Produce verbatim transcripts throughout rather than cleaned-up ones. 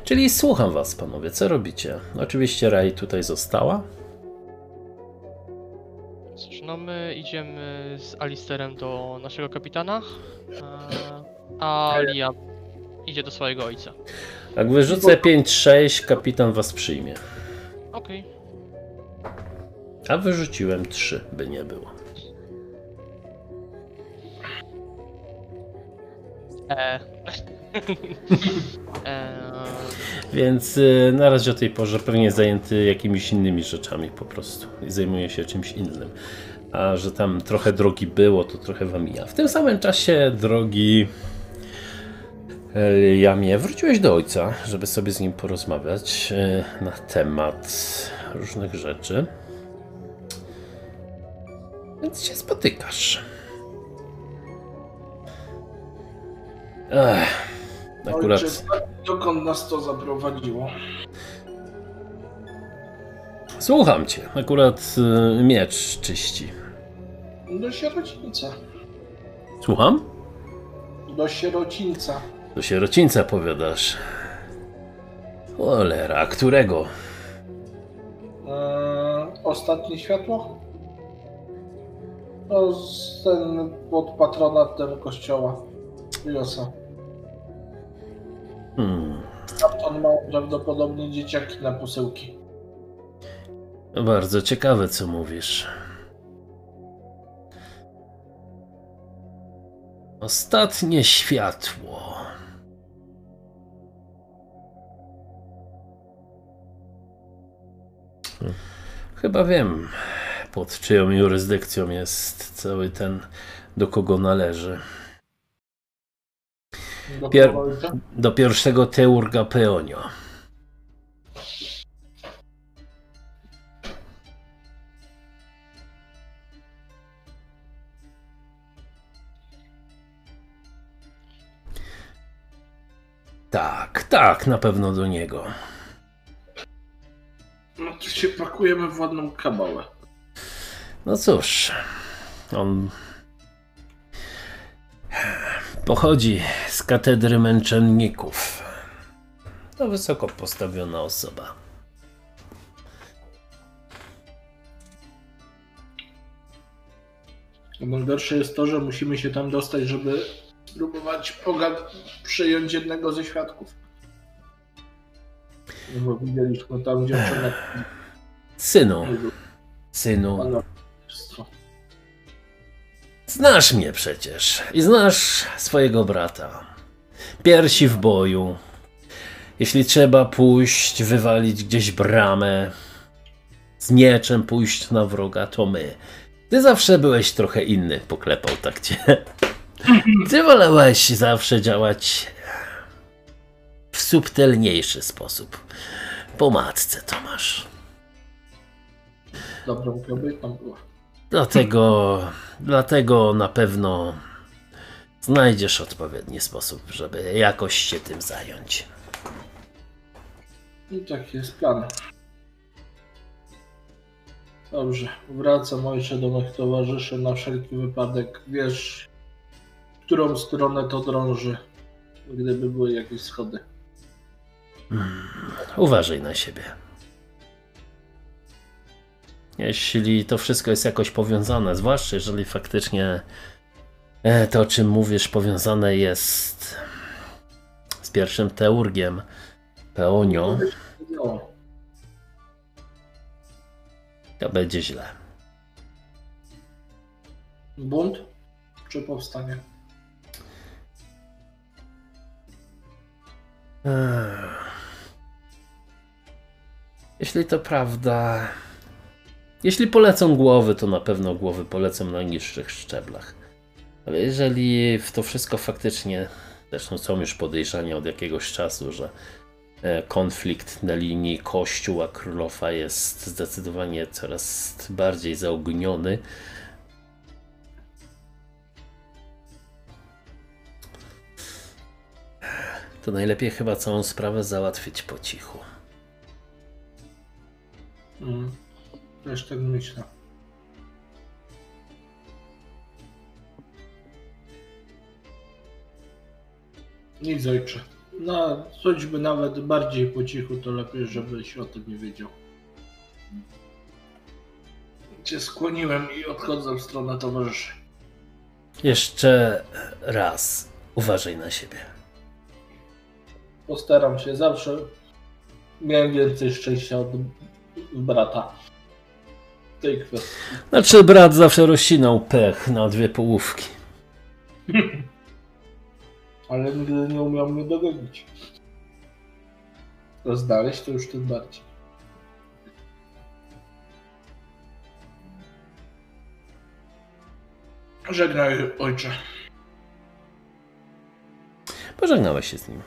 Czyli słucham was, panowie, co robicie? Oczywiście Rai tutaj została. Cóż, no my idziemy z Alisterem do naszego kapitana, a Liam idzie do swojego ojca. Jak wyrzucę pięć sześć, kapitan was przyjmie. Okej. A wyrzuciłem trzy, by nie było. E. e... Więc y, na razie o tej porze pewnie jest zajęty jakimiś innymi rzeczami po prostu. I zajmuje się czymś innym. A że tam trochę drogi było, to trochę wam mija. W tym samym czasie, drogi Jamie, wróciłeś do ojca, żeby sobie z nim porozmawiać y, na temat różnych rzeczy. Więc się spotykasz. Ech, akurat... Ojcze, dokąd nas to zaprowadziło? Słucham cię. Akurat y, miecz czyści. Do sierocińca. Słucham? Do sierocińca. Do sierocińca powiadasz. Cholera, którego? Eee, ostatnie światło? No, z ten pod patronatem kościoła. Josa. Hmm. On ma prawdopodobnie dzieciaki na posyłki. Bardzo ciekawe, co mówisz. Ostatnie światło. Chyba wiem, pod czyją jurysdykcją jest cały ten, do kogo należy. Do Pier... ojca? Do pierwszego teurga Peonio. Tak, tak, na pewno do niego. No to się pakujemy w ładną kabałę. No cóż, on pochodzi z katedry męczenników. To wysoko postawiona osoba. Najgorsze jest to, że musimy się tam dostać, żeby spróbować pogad- przyjąć jednego ze świadków. No bo widzieliśmy tam dziewczynę. Synu, synu, Panowstwo. znasz mnie przecież i znasz swojego brata. Piersi w boju. Jeśli trzeba pójść, wywalić gdzieś bramę, z mieczem pójść na wroga, to my. Ty zawsze byłeś trochę inny, poklepał tak cię. Ty wolałeś zawsze działać w subtelniejszy sposób. Po matce to masz. Dobrą kobietą była. Dlatego, dlatego na pewno znajdziesz odpowiedni sposób, żeby jakoś się tym zająć. I taki jest plan. Dobrze, wracam ojcze do moich towarzyszy na wszelki wypadek. Wiesz, w którą stronę to drąży, gdyby były jakieś schody. Hmm, uważaj na siebie. Jeśli to wszystko jest jakoś powiązane, zwłaszcza jeżeli faktycznie to, o czym mówisz, powiązane jest z pierwszym teurgiem Peonio, to będzie źle. Bunt czy powstanie? Jeśli to prawda, jeśli polecą głowy, to na pewno głowy polecą na niższych szczeblach. Ale jeżeli w to wszystko faktycznie, zresztą są już podejrzenia od jakiegoś czasu, że konflikt na linii Kościół a Królowa jest zdecydowanie coraz bardziej zaogniony, to najlepiej chyba całą sprawę załatwić po cichu. Mm. Też tak myślę. Nic ojcze. No, choćby nawet bardziej po cichu, to lepiej, żebyś o tym nie wiedział. Cię skłoniłem i odchodzę w stronę towarzyszy. Jeszcze raz uważaj na siebie. Postaram się, zawsze miałem więcej szczęścia od brata w tej kwestii. Znaczy, brat zawsze rozcinał pech na dwie połówki. Ale nigdy nie umiał mnie dogonić. Rozdałeś to już tym bardziej. Żegnaj, ojcze. Pożegnałeś się z nim.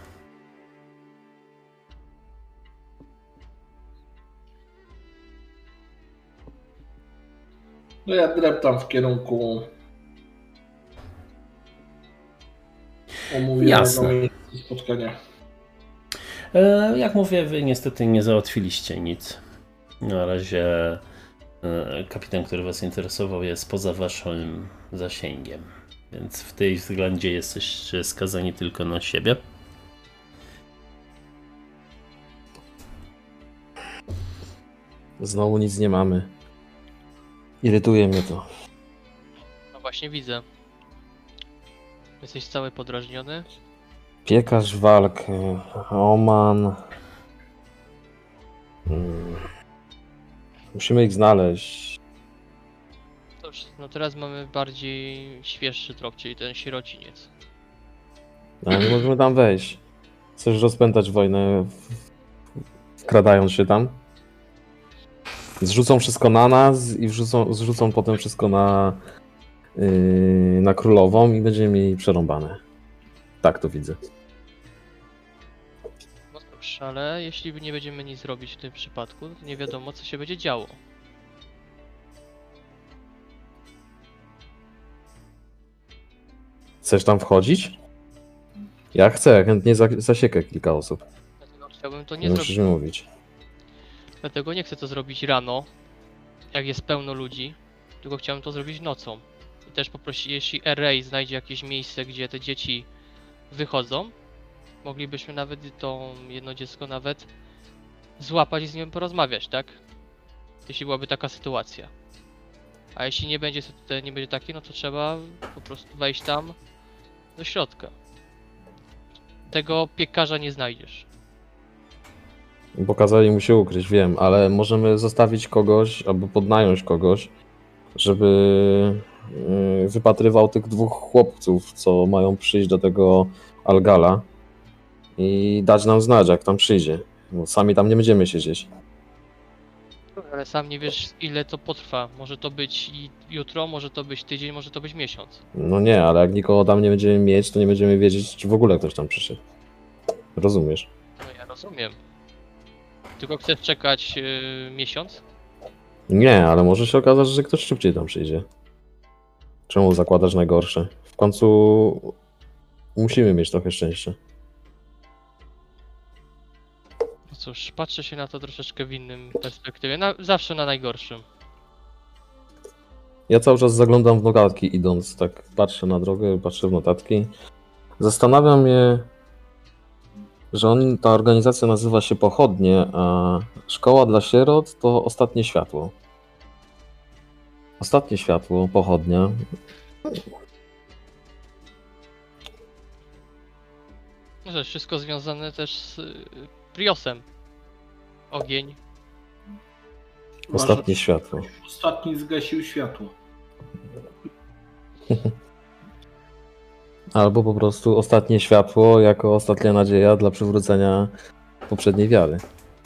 No ja dreptam w kierunku omówionego Jasne. miejsca spotkania. E, jak mówię, wy niestety nie załatwiliście nic. Na razie e, kapitan, który was interesował, jest poza waszym zasięgiem. Więc w tej względzie jesteście skazani tylko na siebie. Znowu nic nie mamy. Irytuje mnie to. No właśnie widzę. Jesteś cały podrażniony. Piekarz walkę, Oman. Hmm. Musimy ich znaleźć. Cóż, no teraz mamy bardziej świeższy trop, czyli ten sierociniec. Ale nie możemy tam wejść. Chcesz rozpętać wojnę, w- wkradając się tam? Zrzucą wszystko na nas i wrzucą, zrzucą potem wszystko na, yy, na królową i będziemy mieli przerąbane. Tak to widzę. No cóż, ale jeśli nie będziemy nic robić w tym przypadku, to nie wiadomo co się będzie działo. Chcesz tam wchodzić? Ja chcę, ja chętnie za- zasiekę kilka osób. Dlatego chciałbym to Nie nie musisz zrobić. mi mówić. Dlatego nie chcę to zrobić rano, jak jest pełno ludzi, tylko chciałem to zrobić nocą. I też poprosić, jeśli R A znajdzie jakieś miejsce, gdzie te dzieci wychodzą, moglibyśmy nawet to jedno dziecko nawet złapać i z nim porozmawiać, tak? Jeśli byłaby taka sytuacja. A jeśli nie będzie, nie będzie takiej, no to trzeba po prostu wejść tam do środka. Tego piekarza nie znajdziesz. Bo kazali mu się ukryć, wiem, ale możemy zostawić kogoś albo podnająć kogoś, żeby yy, wypatrywał tych dwóch chłopców, co mają przyjść do tego Algala i dać nam znać, jak tam przyjdzie. Bo sami tam nie będziemy siedzieć. Ale sam nie wiesz ile to potrwa. Może to być i jutro, może to być tydzień, może to być miesiąc. No nie, ale jak nikogo tam nie będziemy mieć, to nie będziemy wiedzieć, czy w ogóle ktoś tam przyszedł. Rozumiesz? No ja rozumiem. Tylko chcesz czekać yy, miesiąc? Nie, ale może się okazać, że ktoś szybciej tam przyjdzie. Czemu zakładasz najgorsze? W końcu musimy mieć trochę szczęścia. No cóż, patrzę się na to troszeczkę w innym perspektywie. Na, zawsze na najgorszym. Ja cały czas zaglądam w notatki idąc, tak patrzę na drogę, patrzę w notatki. Zastanawiam mnie, że on, ta organizacja nazywa się Pochodnie, a Szkoła dla Sierot to Ostatnie Światło. Ostatnie Światło, Pochodnia. No to jest wszystko związane też z yy, Priosem. Ogień. Ostatnie Światło. Ostatni zgasił światło. Albo po prostu Ostatnie Światło jako ostatnia nadzieja dla przywrócenia poprzedniej wiary.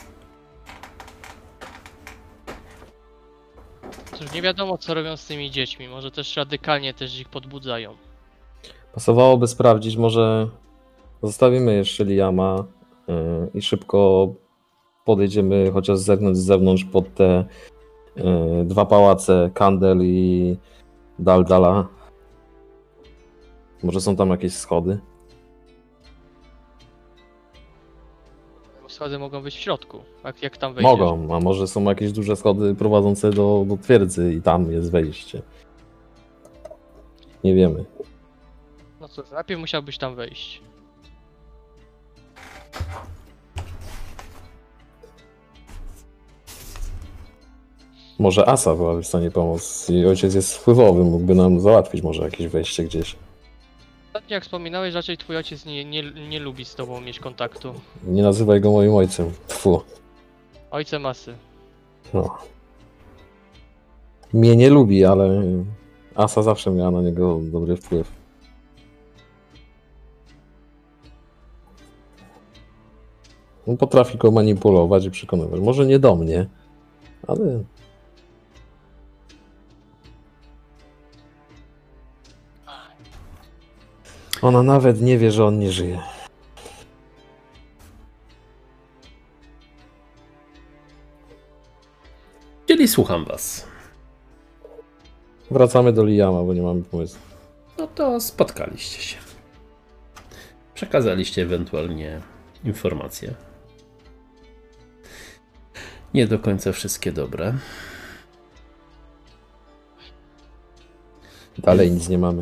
Cóż, nie wiadomo co robią z tymi dziećmi. Może też radykalnie też ich podbudzają. Pasowałoby sprawdzić, może zostawimy jeszcze Liama yy, i szybko podejdziemy chociaż z zewnątrz, z zewnątrz pod te yy, dwa pałace, Kandel i Daldala. Może są tam jakieś schody? Schody mogą być w środku. Jak, jak tam wejdziesz? Mogą, a może są jakieś duże schody prowadzące do, do twierdzy i tam jest wejście. Nie wiemy. No cóż, najpierw musiałbyś tam wejść. Może Asa byłaby w stanie pomóc. Jej ojciec jest wpływowy, mógłby nam załatwić może jakieś wejście gdzieś. Ostatnio jak wspominałeś, raczej twój ojciec nie, nie, nie lubi z tobą mieć kontaktu. Nie nazywaj go moim ojcem. Tfu. Ojcem Asy. No. Mnie nie lubi, ale Asa zawsze miała na niego dobry wpływ. On potrafi go manipulować i przekonywać. Może nie do mnie, ale... Ona nawet nie wie, że on nie żyje. Czyli słucham was. Wracamy do Liama, bo nie mamy pomysłu. No to spotkaliście się. Przekazaliście ewentualnie informacje. Nie do końca wszystkie dobre. Dalej nic nie mamy.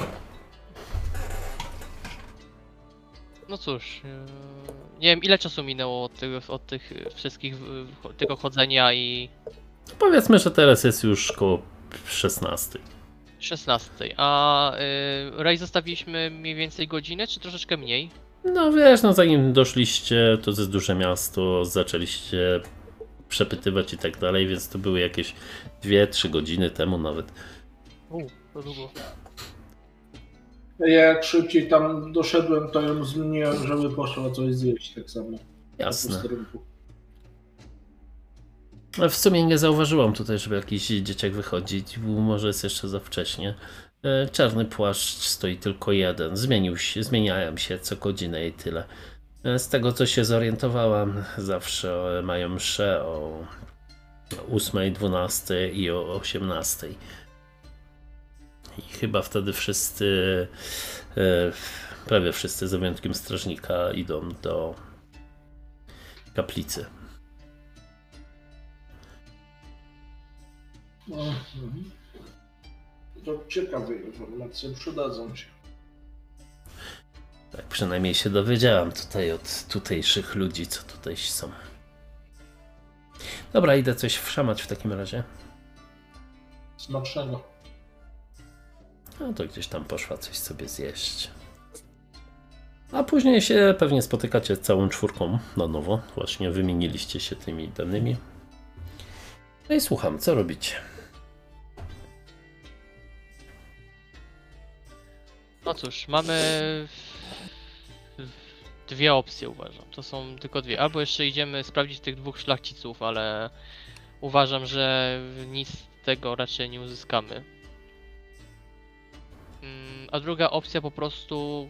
No cóż, yy, nie wiem ile czasu minęło od tych, od tych wszystkich, yy, tego chodzenia i Powiedzmy, że teraz jest już koło szesnastej. szesnastej. A yy, Ray zostawiliśmy mniej więcej godzinę, czy troszeczkę mniej? No wiesz, no zanim doszliście, to jest duże miasto, zaczęliście przepytywać i tak dalej, więc to były jakieś dwie trzy godziny temu nawet. U, to długo. Ja jak szybciej tam doszedłem, to ją zmieniłem, żeby poszła coś zjeść tak samo. Jasne. Na posterunku. W sumie nie zauważyłam tutaj, żeby jakiś dzieciak wychodzić, bo może jest jeszcze za wcześnie. E, Czarny płaszcz stoi tylko jeden. Zmienił się, zmieniają się co godzinę i tyle. E, Z tego co się zorientowałam, zawsze mają msze o ósmej, dwunastej i o osiemnastej. I chyba wtedy wszyscy, e, prawie wszyscy z wyjątkiem strażnika, idą do kaplicy. Mhm. To ciekawe informacje, przydadzą się. Tak przynajmniej się dowiedziałam tutaj od tutejszych ludzi, co tutaj są. Dobra, idę coś wszamać w takim razie. Smacznego. No to gdzieś tam poszła coś sobie zjeść. A później się pewnie spotykacie z całą czwórką na nowo. Właśnie wymieniliście się tymi danymi. No i słucham, co robicie? No cóż, mamy dwie opcje uważam. To są tylko dwie. Albo jeszcze idziemy sprawdzić tych dwóch szlachciców, ale uważam, że nic z tego raczej nie uzyskamy. A druga opcja po prostu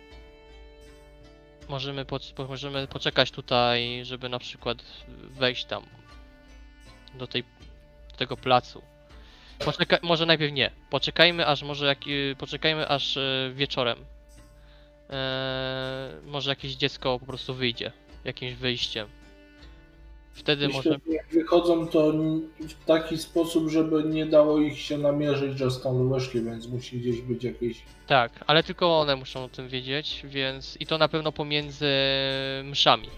możemy, po, możemy poczekać tutaj, żeby na przykład wejść tam do, tej, do tego placu. Poczeka może najpierw nie. Poczekajmy aż może jak, poczekajmy aż wieczorem. Eee, może jakieś dziecko po prostu wyjdzie jakimś wyjściem. Wtedy Myślę, może. że jak wychodzą to w taki sposób, żeby nie dało ich się namierzyć, że stąd weszli, więc musi gdzieś być jakieś... Tak, ale tylko one muszą o tym wiedzieć, więc i to na pewno pomiędzy mszami.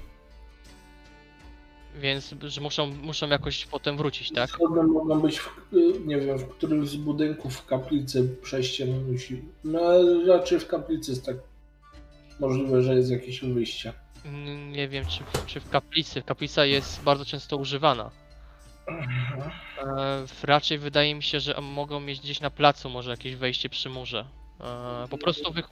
Więc że muszą, muszą jakoś potem wrócić, tak? Zgodne mogą być, w, nie wiem, w którymś z budynków w kaplicy przejście musi... No ale raczej w kaplicy jest tak możliwe, że jest jakieś wyjście. Mm, Nie wiem, czy, czy w kaplicy. Kaplica jest bardzo często używana. E, raczej wydaje mi się, że mogą mieć gdzieś na placu może jakieś wejście przy murze. E, po prostu wy...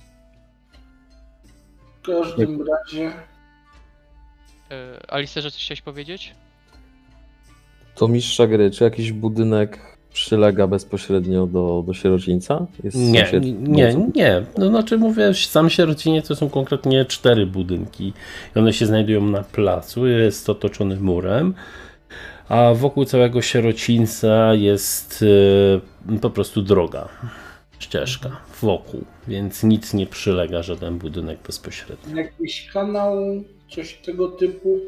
W każdym razie... E, Alisterze, coś chciałeś powiedzieć? To mistrza gry, czy jakiś budynek przylega bezpośrednio do, do sierocińca? Jest Nie, sąsied- nie, nie. No znaczy mówię, sam sierocinie to są konkretnie cztery budynki. I one się znajdują na placu, jest otoczony murem. A wokół całego sierocińca jest y, po prostu droga, ścieżka wokół, więc nic nie przylega, żaden budynek bezpośrednio. Jakiś kanał, coś tego typu?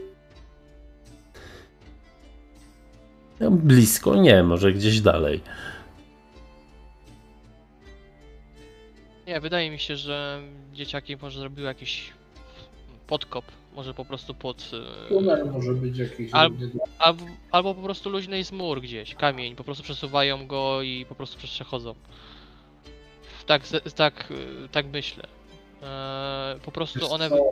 No, blisko nie, może gdzieś dalej. Nie, wydaje mi się, że dzieciaki może zrobiły jakiś podkop Może po prostu pod... e, Tunel może być jakiś. Al- równie długi. Albo, albo po prostu luźny jest mur gdzieś, kamień, po prostu przesuwają go i po prostu przechodzą. Tak, z- tak, y, tak myślę. Eee, po prostu Wiesz one... co,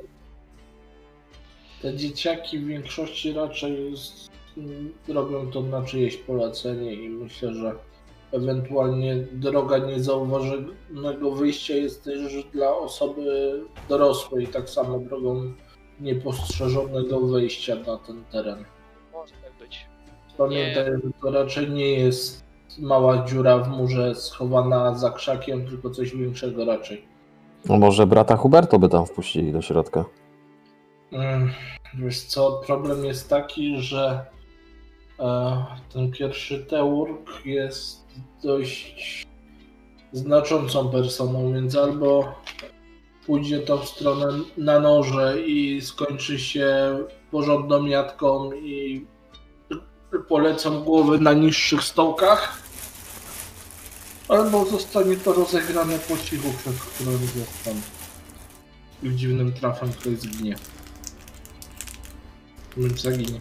Te dzieciaki w większości raczej z, m, robią to na czyjeś polecenie i myślę, że ewentualnie droga niezauważonego wyjścia jest też dla osoby dorosłej tak samo drogą niepostrzeżonego wejścia na ten teren. Może tak być. Pamiętaj, że to raczej nie jest mała dziura w murze schowana za krzakiem, tylko coś większego raczej. No może brata Huberto by tam wpuścili do środka. Mm, Wiesz co, problem jest taki, że e, ten pierwszy Teurg jest dość znaczącą personą, więc albo pójdzie to w stronę na noże i skończy się porządną jatką i polecą głowy na niższych stołkach, albo zostanie to rozegrane po cichu przez którąś ze stron. I dziwnym trafem ktoś zginie. Bądź zaginie.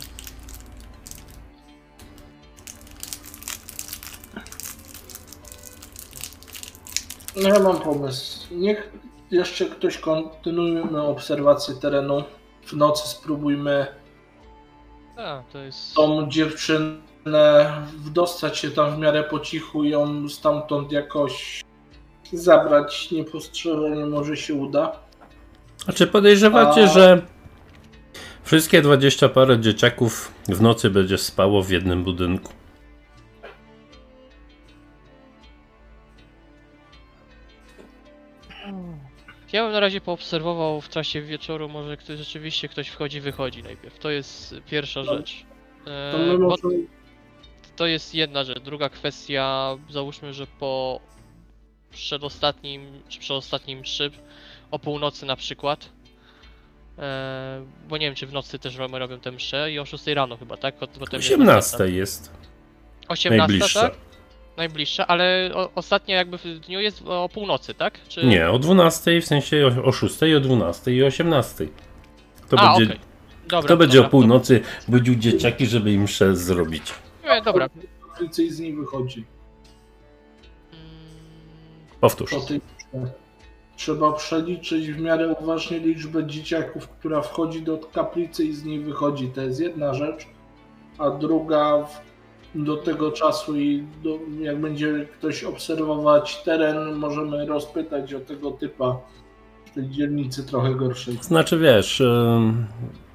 No ja mam pomysł. Niech jeszcze ktoś kontynuujmy obserwację terenu. W nocy spróbujmy A, to jest... tą dziewczynę dostać się tam w miarę po cichu i ją stamtąd jakoś zabrać niepostrzeżenie, może się uda. A czy podejrzewacie, A- że wszystkie dwadzieścia parę dzieciaków w nocy będzie spało w jednym budynku? Ja bym na razie poobserwował w czasie wieczoru, może ktoś, rzeczywiście ktoś wchodzi, wychodzi najpierw. To jest pierwsza No, rzecz. To Eee, my bo możemy... to jest jedna rzecz. Druga kwestia, załóżmy, że po przedostatnim, czy przedostatnim szyb, o północy na przykład. Eee, bo nie wiem, czy w nocy też mamy robią tę mszę i o szóstej rano chyba, tak? Potem jest osiemnasta następna. jest osiemnasta, najbliższa. tak? Najbliższa, ale o, ostatnia jakby w dniu jest o północy, tak? Czy... Nie, o dwunastej, w sensie o, o szóstej, o dwunastej i o osiemnastej. Kto A, będzie, okej. Dobra, kto będzie dobra, o północy budził dzieciaki, żeby im mszę zrobić? dobra. Nie, dobra. Więcej z niej wychodzi. Mm, Powtórz. Po tej mszy. Trzeba przeliczyć w miarę uważnie liczbę dzieciaków, która wchodzi do kaplicy i z niej wychodzi. To jest jedna rzecz. A druga, w- do tego czasu i do, jak będzie ktoś obserwować teren, możemy rozpytać o tego typa w tej dzielnicy trochę gorszej. Znaczy wiesz, ym,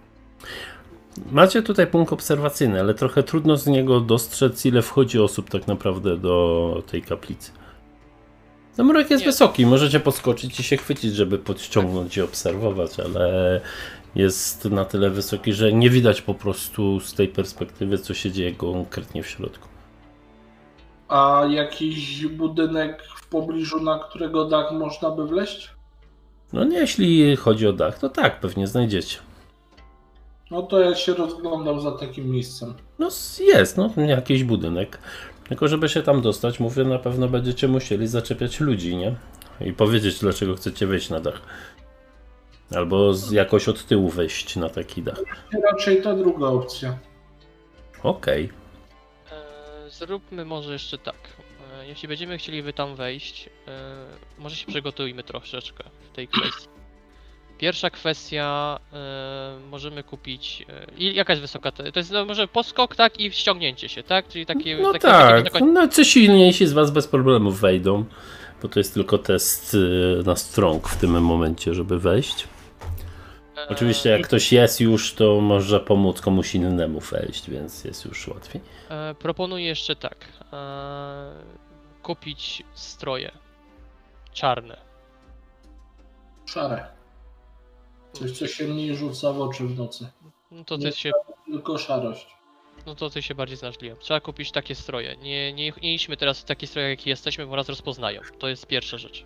macie tutaj punkt obserwacyjny, ale trochę trudno z niego dostrzec, ile wchodzi osób tak naprawdę do tej kaplicy. No mrok jest Nie. wysoki, możecie podskoczyć i się chwycić, żeby podciągnąć i obserwować, ale jest na tyle wysoki, że nie widać po prostu z tej perspektywy, co się dzieje konkretnie w środku. A jakiś budynek w pobliżu, na którego dach można by wleźć? No nie, jeśli chodzi o dach, to tak, pewnie znajdziecie. No to ja się rozglądam za takim miejscem. No s- jest, no jakiś budynek. Tylko żeby się tam dostać, mówię, na pewno będziecie musieli zaczepiać ludzi, nie? I powiedzieć, dlaczego chcecie wejść na dach. Albo z, jakoś od tyłu wejść na taki dach. Raczej ta druga opcja. Okej. e, zróbmy może jeszcze tak. E, jeśli będziemy chcieli wy tam wejść, e, może się przygotujmy troszeczkę w tej kwestii. Pierwsza kwestia, e, możemy kupić. E, i jaka jest wysoka? To to jest no, może poskok, tak? I ściągnięcie się, tak? Czyli takie. No takie, tak, takie, takie, no ci silniejsi z was bez problemu wejdą, bo to jest tylko test y, na strong w tym momencie, żeby wejść. e, Oczywiście jak ktoś jest już, to może pomóc komuś innemu wejść, więc jest już łatwiej. E, proponuję jeszcze tak. E, kupić stroje czarne. Szare. Coś, co się mniej rzuca w oczy w nocy. No to ty Nie. się, Tylko szarość. no to ty się bardziej znasz, Liam. Trzeba kupić takie stroje. Nie, nie, nie idźmy teraz w takie stroje, jakie jesteśmy, bo nas rozpoznają. To jest pierwsza rzecz.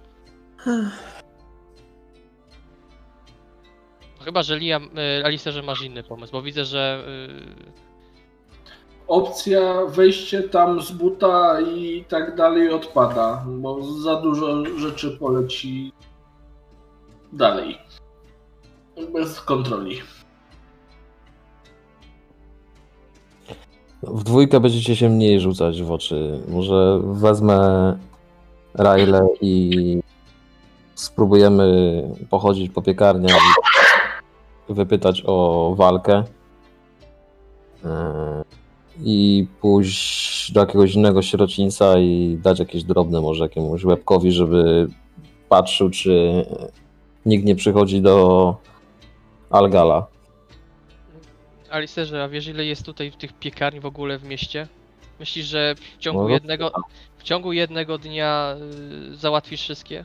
Chyba, że Liam, y, Alisterze masz inny pomysł, bo widzę, że y, Opcja wejście tam z buta i tak dalej odpada, bo za dużo rzeczy poleci dalej. Bez kontroli. W dwójkę będziecie się mniej rzucać w oczy. Może wezmę Rajle i spróbujemy pochodzić po piekarniach i wypytać o walkę. Yy, I pójść do jakiegoś innego sierocińca i dać jakieś drobne może jakiemuś łebkowi, żeby patrzył, czy nikt nie przychodzi do Algala. Alisterze, a wiesz ile jest tutaj tych piekarni w ogóle w mieście? Myślisz, że w ciągu No, jednego, w ciągu jednego dnia y, załatwisz wszystkie?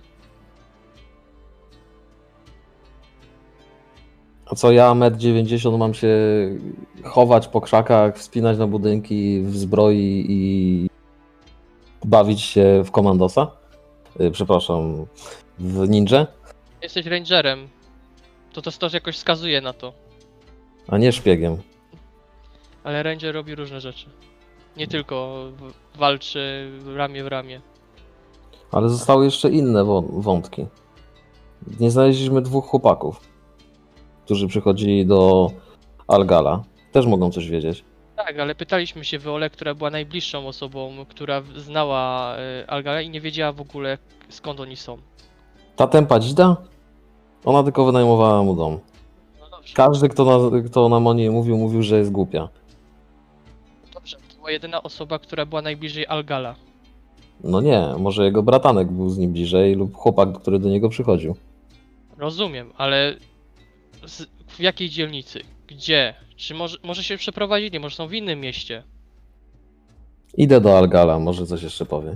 A co ja, metr dziewięćdziesiąt, mam się chować po krzakach, wspinać na budynki w zbroi i bawić się w komandosa? Yy, Przepraszam, w ninja? Jesteś rangerem. To to też jakoś wskazuje na to. A nie szpiegiem. Ale ranger robi różne rzeczy. Nie tylko w- walczy ramię w ramię. Ale zostały jeszcze inne wą- wątki. Nie znaleźliśmy dwóch chłopaków, którzy przychodzili do Algala. Też mogą coś wiedzieć. Tak, ale pytaliśmy się Wyolę, która była najbliższą osobą, która w- znała y, Algala i nie wiedziała w ogóle skąd oni są. Ta tempa dzida? Ona tylko wynajmowała mu dom. No dobrze, Każdy, kto, na, kto nam o niej mówił, mówił, że jest głupia. dobrze. To była jedyna osoba, która była najbliżej Algala. No nie, może jego bratanek był z nim bliżej lub chłopak, który do niego przychodził. Rozumiem, ale z, w jakiej dzielnicy? Gdzie? Czy może, może się przeprowadzili? Może są w innym mieście? Idę do Algala, może coś jeszcze powie.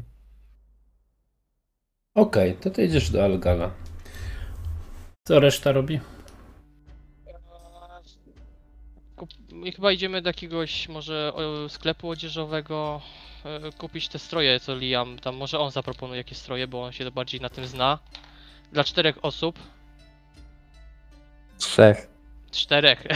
Okej, to ty idziesz do Algala. Co reszta robi? Kup- Chyba idziemy do jakiegoś może o, sklepu odzieżowego e, kupić te stroje, co Liam tam, może on zaproponuje jakieś stroje, bo on się bardziej na tym zna. Dla czterech osób. Trzech. Czterech.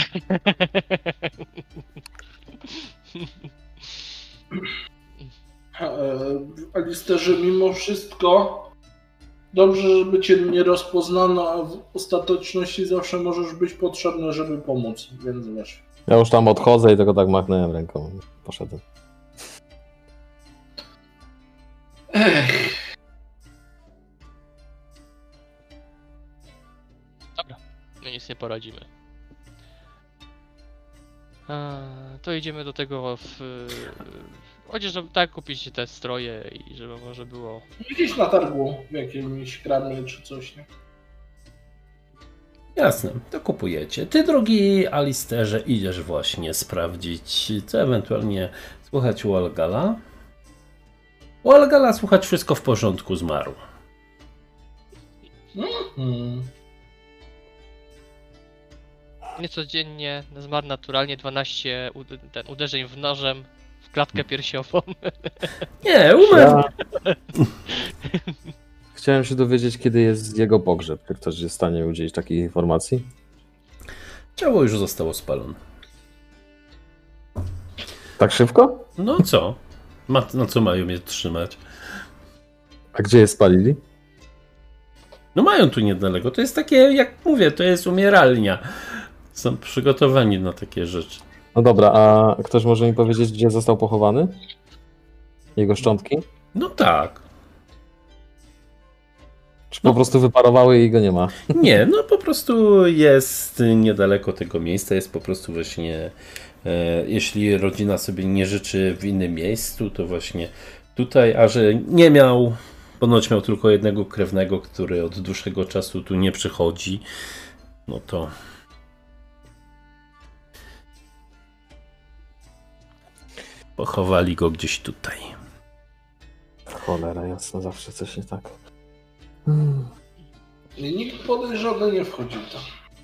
E, Alisterze, mimo wszystko dobrze, żeby cię nie rozpoznano, a w ostateczności zawsze możesz być potrzebny, żeby pomóc, więc wiesz. Ja już tam odchodzę i tylko tak machnąłem ręką. Poszedłem. Ech, My nic nie poradzimy. A, to idziemy do tego w... Chociaż żeby tak kupić te stroje i żeby może było... gdzieś na targu w jakimś kramie czy coś, nie? Jasne, to kupujecie. Ty, drogi Alisterze, idziesz właśnie sprawdzić, co ewentualnie słychać u Algala. U Algala słychać wszystko w porządku, zmarł. Hmm. Niecodziennie zmarł naturalnie dwanaście ud- ten, uderzeń w nożem w klatkę piersiową. Nie, umarł. Ja... Chciałem się dowiedzieć, kiedy jest jego pogrzeb. Czy ktoś jest w stanie udzielić takiej informacji? Ciało już zostało spalone. Tak szybko? No co? Ma, no co mają mnie trzymać? A gdzie je spalili? No mają tu niedaleko. To jest takie, jak mówię, to jest umieralnia. Są przygotowani na takie rzeczy. No dobra, a ktoś może mi powiedzieć, gdzie został pochowany? Jego szczątki? No tak. Czy po prostu wyparowały i go nie ma? Nie, no po prostu jest niedaleko tego miejsca, jest po prostu właśnie, e, jeśli rodzina sobie nie życzy w innym miejscu, to właśnie tutaj, a że nie miał, ponoć miał tylko jednego krewnego, który od dłuższego czasu tu nie przychodzi, no to pochowali go gdzieś tutaj. Cholera jasna, zawsze coś nie tak. Hmm. I nikt podejrzany nie wchodzi tam.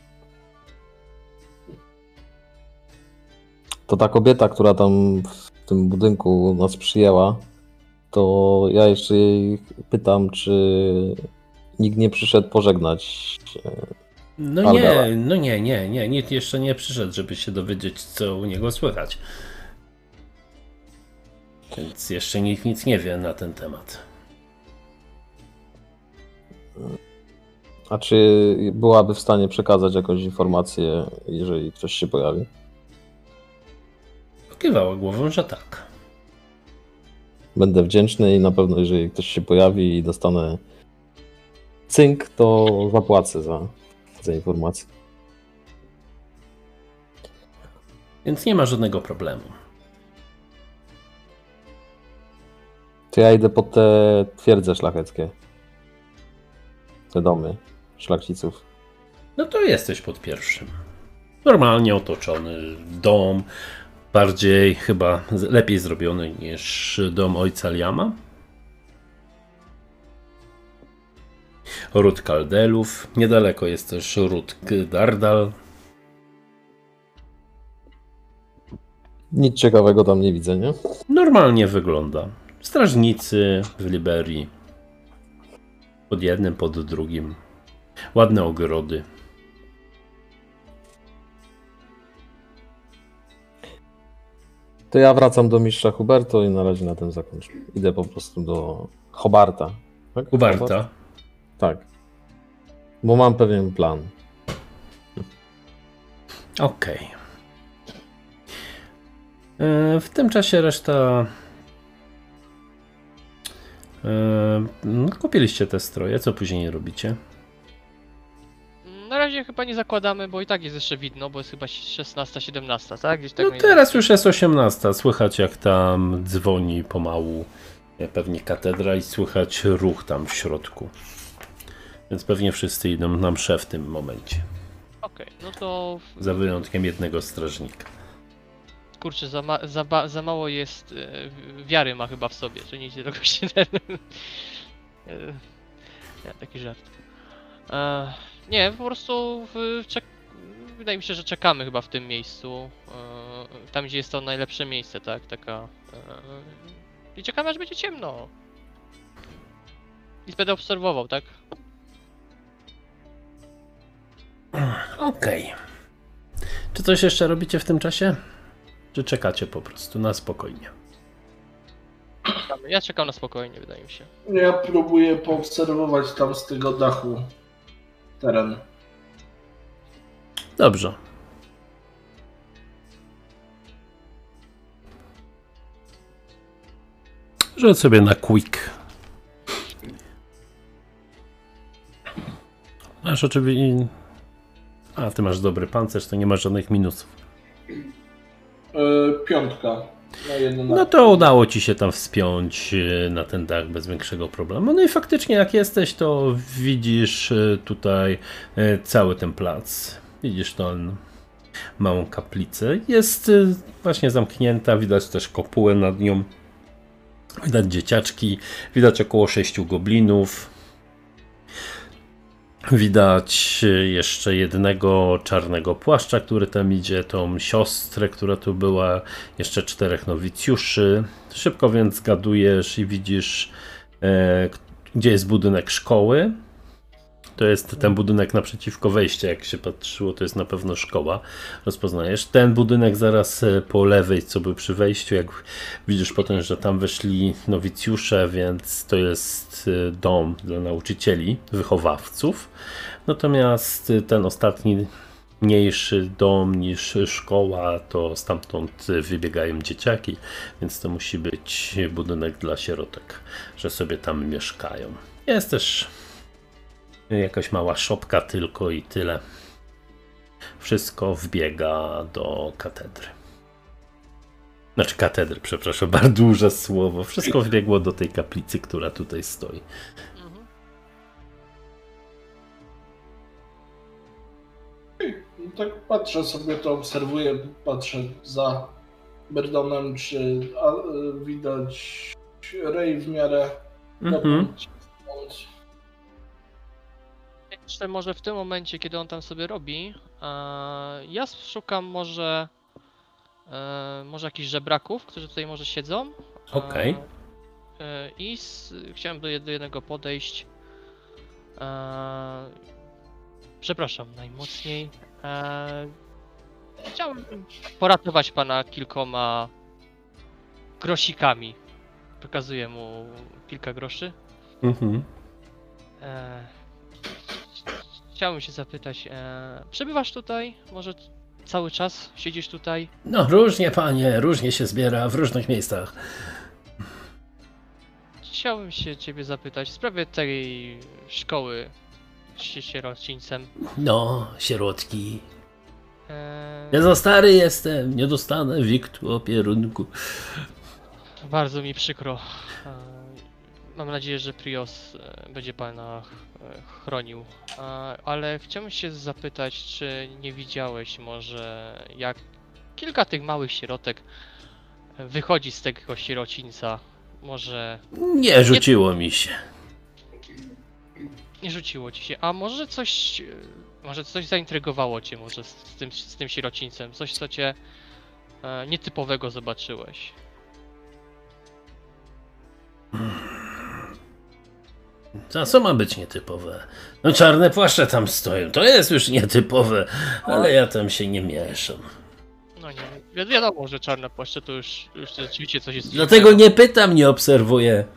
To ta kobieta, która tam w tym budynku nas przyjęła, to ja jeszcze jej pytam, czy nikt nie przyszedł pożegnać. No Algala. nie, no nie, nie, nie, nikt jeszcze nie przyszedł, żeby się dowiedzieć, co u niego słychać. Więc jeszcze nikt nic nie wie na ten temat. A czy byłaby w stanie przekazać jakąś informację, jeżeli ktoś się pojawi? Kiwała głową, że tak. Będę wdzięczny i na pewno, jeżeli ktoś się pojawi i dostanę cynk, to zapłacę za, za informację. Więc nie ma żadnego problemu. To ja idę po te twierdze szlacheckie. Te domy szlachciców. No to jesteś pod pierwszym. Normalnie otoczony dom, bardziej chyba z- lepiej zrobiony niż dom ojca Liama. Ród Kaldelów. Niedaleko jest też ród Dardal. Nic ciekawego tam nie widzę, nie? Normalnie wygląda. Strażnicy w Liberii. Pod jednym, pod drugim. Ładne ogrody. To ja wracam do mistrza Huberto i na razie na tym zakończę. Idę po prostu do Hobarta. Tak? Hobart? Huberta. Tak. Bo mam pewien plan. Okej. E, W tym czasie reszta... E, no, kupiliście te stroje, co później robicie? Na razie chyba nie zakładamy, bo i tak jest jeszcze widno, bo jest chyba szesnasta, siedemnasta, tak? Gdzieś tak No mniej teraz więcej. już jest osiemnasta. Słychać jak tam dzwoni pomału e, pewnie katedra i słychać ruch tam w środku. Więc pewnie wszyscy idą na mszę w tym momencie. Okej, no to Za wyjątkiem jednego strażnika. kurczę, za, ma, za, ba, za mało jest e, wiary ma chyba w sobie, że nie idzie do kościoła. E, nie, taki żart. E, nie, po prostu w, czek, wydaje mi się, że czekamy chyba w tym miejscu. E, tam gdzie jest to najlepsze miejsce, tak? Taka. E, I czekamy aż będzie ciemno. I będę obserwował, tak? Okej. Czy coś jeszcze robicie w tym czasie? Czy czekacie po prostu na spokojnie? Czekamy. Ja czekam na spokojnie, wydaje mi się. Ja próbuję poobserwować tam z tego dachu teren. Dobrze. Rzuć sobie na quick. Masz oczywiście... A, ty masz dobry pancerz, to nie masz żadnych minusów. Yy, piątka na jeden. No to udało ci się tam wspiąć e, na ten dach bez większego problemu. No i faktycznie jak jesteś, to widzisz e, tutaj e, cały ten plac. Widzisz tą małą kaplicę. Jest e, właśnie zamknięta, widać też kopułę nad nią. Widać dzieciaczki, widać około sześciu goblinów. Widać jeszcze jednego czarnego płaszcza, który tam idzie, tą siostrę, która tu była, jeszcze czterech nowicjuszy. Szybko więc zgadujesz i widzisz, e, gdzie jest budynek szkoły. To jest ten budynek naprzeciwko wejścia, jak się patrzyło, to jest na pewno szkoła. Rozpoznajesz. Ten budynek zaraz po lewej, co był przy wejściu, jak widzisz potem, że tam weszli nowicjusze, więc to jest dom dla nauczycieli, wychowawców. Natomiast ten ostatni, mniejszy dom niż szkoła, to stamtąd wybiegają dzieciaki, więc to musi być budynek dla sierotek, że sobie tam mieszkają. Jest też jakaś mała szopka tylko i tyle. Wszystko wbiega do katedry. Znaczy katedry, przepraszam, bardzo duże słowo. Wszystko wbiegło do tej kaplicy, która tutaj stoi. Mhm. No tak patrzę sobie, to obserwuję, patrzę za Berdonem, czy a, y, widać rej w miarę. Mhm. Jeszcze może w tym momencie, kiedy on tam sobie robi, e, ja szukam może e, może jakichś żebraków, którzy tutaj może siedzą. E, Okej. e, I s, chciałem do, jed- do jednego podejść. E, przepraszam, najmocniej. E, chciałem poratować pana kilkoma grosikami. Przekazuję mu kilka groszy. Mhm. E, Chciałbym się zapytać, e, przebywasz tutaj? Może cały czas siedzisz tutaj? No różnie, panie, różnie się zbiera w różnych miejscach. Chciałbym się ciebie zapytać w sprawie tej szkoły z sierocińcem. No, sierotki. Eee, Ja za stary jestem, nie dostanę wiktu opierunku. Bardzo mi przykro. Eee, Mam nadzieję, że Prios e, będzie pana e, chronił. Eee, Ale chciałbym się zapytać, czy nie widziałeś może jak kilka tych małych sierotek wychodzi z tego sierocińca? Może Nie rzuciło mi się. nie rzuciło ci się, a może coś, e, może coś zaintrygowało cię może z, z tym, z tym sierocińcem? Coś, co cię e, nietypowego zobaczyłeś? A co ma być nietypowe? No czarne płaszcze tam stoją, to jest już nietypowe, ale ja tam się nie mieszam. No nie, wi- wiadomo, że czarne płaszcze to już, już rzeczywiście coś jest Dlatego dziwnego. nie pytam, nie obserwuję.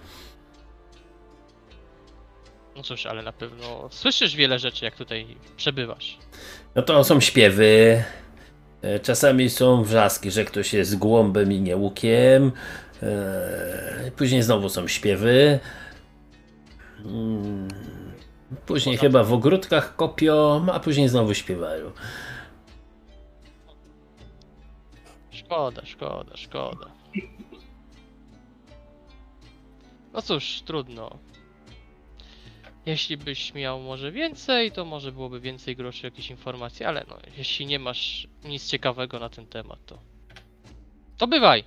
No cóż, ale na pewno słyszysz wiele rzeczy, jak tutaj przebywasz. No to są śpiewy, e, czasami są wrzaski, że ktoś jest głąbem i nie łukiem. e, Później znowu są śpiewy. Mm, Później Można- chyba w ogródkach kopią, a później znowu śpiewają. Szkoda, szkoda, szkoda. No cóż, trudno. Jeśli byś miał może więcej, to może byłoby więcej groszy, jakieś informacje, ale no, jeśli nie masz nic ciekawego na ten temat, to... To bywaj!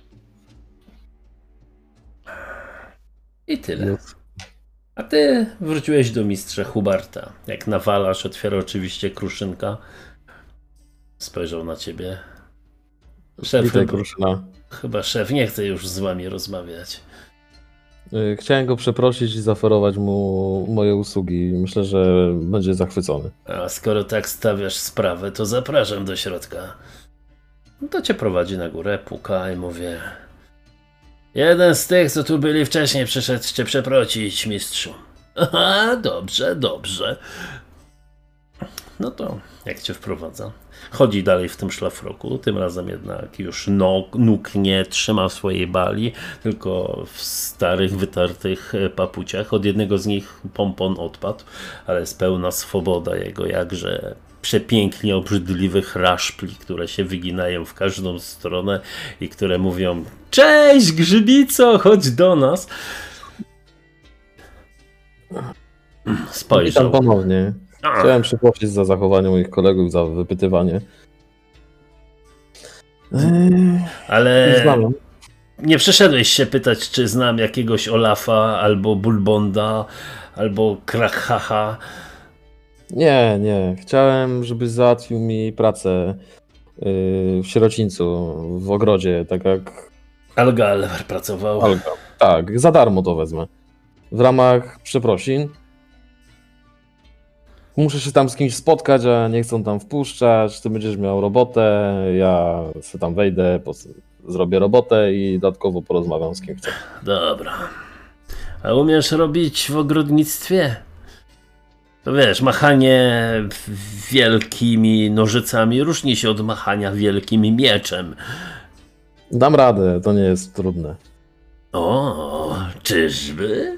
I tyle. Jest. A ty wróciłeś do mistrza Huberta. Jak nawalasz, otwiera oczywiście Kruszynka. Spojrzał na ciebie. Szef Witaj, chyba, Kruszyna. chyba szef nie chce już z wami rozmawiać. Y, Chciałem go przeprosić i zaoferować mu moje usługi. Myślę, że będzie zachwycony. A skoro tak stawiasz sprawę, to zapraszam do środka. No to cię prowadzi na górę, puka i mówię: jeden z tych, co tu byli wcześniej, przyszedł cię przeprosić, mistrzu. Aha, dobrze, dobrze. No to jak cię wprowadza? Chodzi dalej w tym szlafroku, tym razem jednak już nóg, nóg nie trzyma w swojej bali, tylko w starych, wytartych papuciach. Od jednego z nich pompon odpadł, ale jest pełna swoboda jego jakże przepięknie obrzydliwych raszpli, które się wyginają w każdą stronę i które mówią: cześć grzybico, chodź do nas. Witam Spojrzał. ponownie. A, Chciałem przeprosić za zachowanie moich kolegów, za wypytywanie. Eee, ale znam. nie przyszedłeś się pytać, czy znam jakiegoś Olafa, albo Bulbonda, albo Krakhaha. Nie, nie. Chciałem, żebyś załatwił mi pracę yy, w sierocińcu, w ogrodzie, tak jak Algal pracował. Olga. Tak, za darmo to wezmę. W ramach przeprosin. Muszę się tam z kimś spotkać, a nie chcą tam wpuszczać. Ty będziesz miał robotę, ja sobie tam wejdę, pos- zrobię robotę i dodatkowo porozmawiam z kim chcę. Dobra. A umiesz robić w ogrodnictwie? To wiesz, machanie wielkimi nożycami różni się od machania wielkim mieczem. Dam radę, to nie jest trudne. O, czyżby?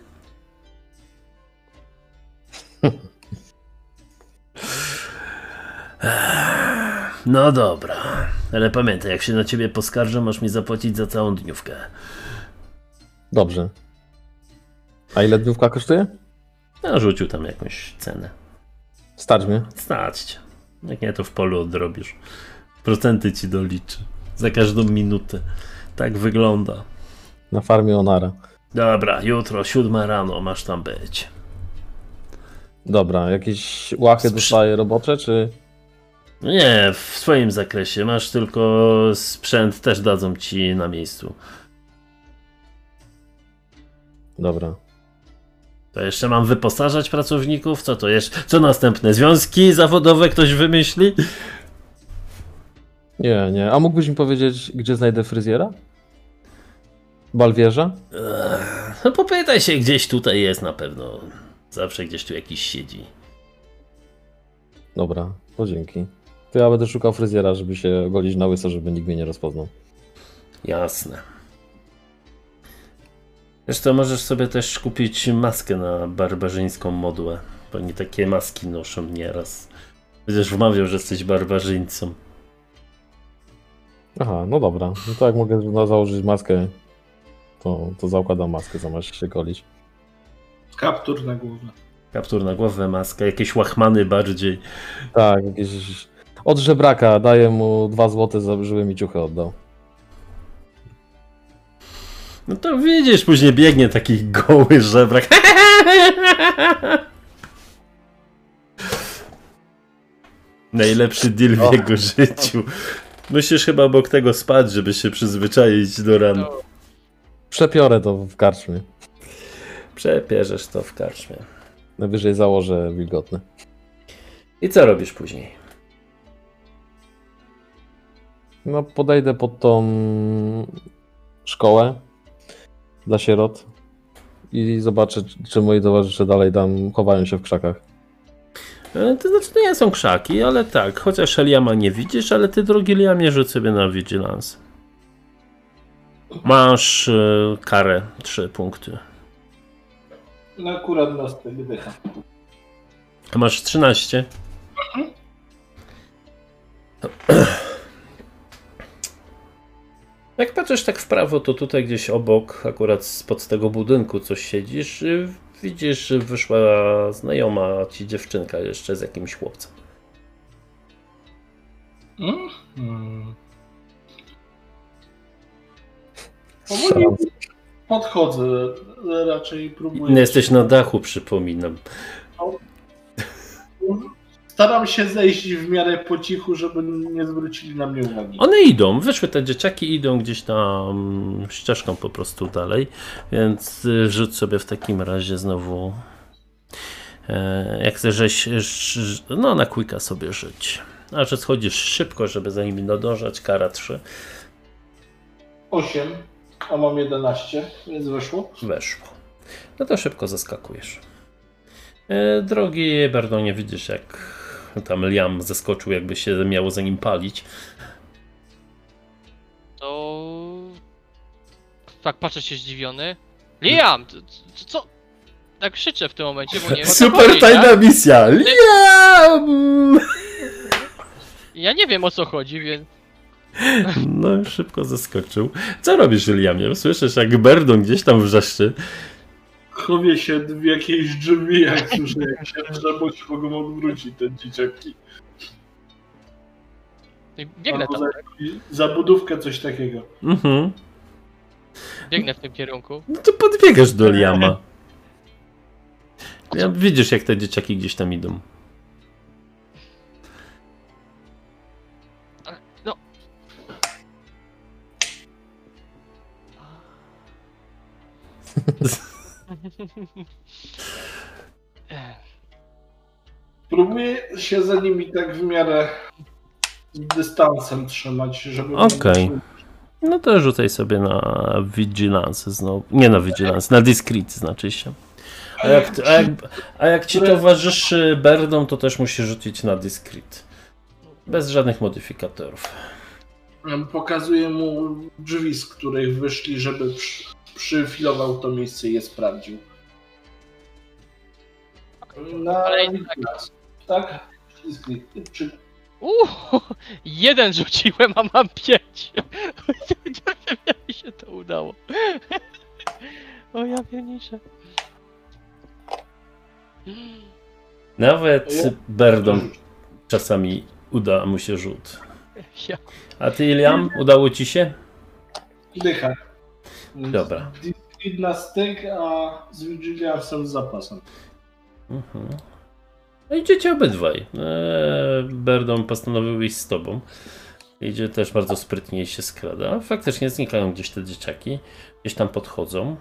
No dobra, ale pamiętaj, jak się na ciebie poskarżę, masz mi zapłacić za całą dniówkę. Dobrze. A ile dniówka kosztuje? No, rzucił tam jakąś cenę. Stać mnie. Stać cię. Jak nie, to w polu odrobisz. Procenty ci doliczy. Za każdą minutę. Tak wygląda. Na farmie Onara. Dobra, jutro, siódma rano, masz tam być. Dobra, jakieś łachy Sprz- dostaję robocze, czy... No nie, w swoim zakresie. Masz tylko sprzęt, też dadzą ci na miejscu. Dobra. To jeszcze mam wyposażać pracowników? Co to jeszcze? Co następne? Związki zawodowe ktoś wymyśli? Nie, nie. A mógłbyś mi powiedzieć, gdzie znajdę fryzjera? Balwierza? Ech, no popytaj się, gdzieś tutaj jest na pewno. Zawsze gdzieś tu jakiś siedzi. Dobra, to dzięki. To ja będę szukał fryzjera, żeby się golić na łyso, żeby nikt mnie nie rozpoznał. Jasne. Zresztą możesz sobie też kupić maskę na barbarzyńską modłę, bo nie takie maski noszą nieraz. Będziesz wmawiał, że jesteś barbarzyńcą. Aha, no dobra. No to jak mogę na- założyć maskę, to, to zakładam maskę, zamiast się golić. Kaptur na głowę. Kaptur na głowę, maska, jakieś łachmany bardziej. Tak, jakieś... Od żebraka daję mu dwa złote, żeby mi ciuchę oddał. No to widzisz, później biegnie taki goły żebrak. Najlepszy deal w jego życiu. Musisz chyba obok tego spać, żeby się przyzwyczaić do ran. Przepiorę to w karczmie. Przepierzesz to w karczmie. Najwyżej założę wilgotne. I co robisz później? No podejdę pod tą szkołę dla sierot i zobaczę, czy moi towarzysze dalej tam chowają się w krzakach. E, To znaczy, to nie są krzaki, ale tak. Chociaż Eliama nie widzisz, ale ty, drogi Liamie, rzuć sobie na Vigilance. Masz e, karę, trzy punkty. No akurat nas tego dycha. A masz trzynaście. Jak patrzysz tak w prawo, to tutaj gdzieś obok, akurat spod tego budynku coś siedzisz, y, widzisz, że wyszła znajoma ci dziewczynka jeszcze z jakimś chłopcem. Mhm. Powoli podchodzę, raczej próbuję. No, jesteś na dachu, przypominam. Staram się zejść w miarę po cichu, żeby nie zwrócili na mnie uwagi. One idą, wyszły te dzieciaki, idą gdzieś tam ścieżką po prostu dalej, więc y, rzuć sobie w takim razie znowu, e, jak chcesz, żeś, ż- no na quicka sobie żyć. A że schodzisz szybko, żeby za nimi nadążać, kara trzy, osiem, a mam jedenaście, więc weszło. weszło. No to szybko zaskakujesz. E, drogi Berdonie, widzisz jak tam Liam zeskoczył, jakby się miało za nim palić. To... Tak patrzę się zdziwiony. Liam! c- c- Co? Tak krzyczę w tym momencie, bo nie wiem o co Super chodzi, tajna tak? misja! Liam! Ja nie wiem o co chodzi, więc... No, szybko zaskoczył. Co robisz, Liamie? Słyszysz, jak Berdon gdzieś tam wrzeszczy. Chowię się w jakiejś drzwi, jak słyszę, jak się trzeba się mogą odwrócić te dzieciaki. No biegnę Albo tam, za jakąś zabudówkę, coś takiego. Mhm. biegnę w tym kierunku. No to podbiegasz do Liama. Ja, widzisz, jak te dzieciaki gdzieś tam idą. No. Próbuję się za nimi tak w miarę z dystansem trzymać, żeby... Okej. No to rzucaj sobie na Vigilance znowu. Nie na Vigilance, na Discreet znaczy się. A jak, a jak, a jak ci towarzyszy Berdon, to też musisz rzucić na Discreet. Bez żadnych modyfikatorów. Pokazuję mu drzwi, z których wyszli, żeby przy, przyfilował to miejsce i je sprawdził. Na... Ale i Tak? Czy... Uuu, jeden rzuciłem, a mam pięć. Nie wiem, jak mi się to udało. O ja pierniczę. Nawet Berdon czasami uda mu się rzut. Ja. A ty, Iliam, udało ci się? Dycha. Dobra. Discreet na styk, a z Vigiliansem z zapasem. Mhm. No idziecie obydwaj. Eee, Berdon postanowił iść z tobą. Idzie też bardzo sprytnie i się skrada. Faktycznie znikają gdzieś te dzieciaki. Gdzieś tam podchodzą.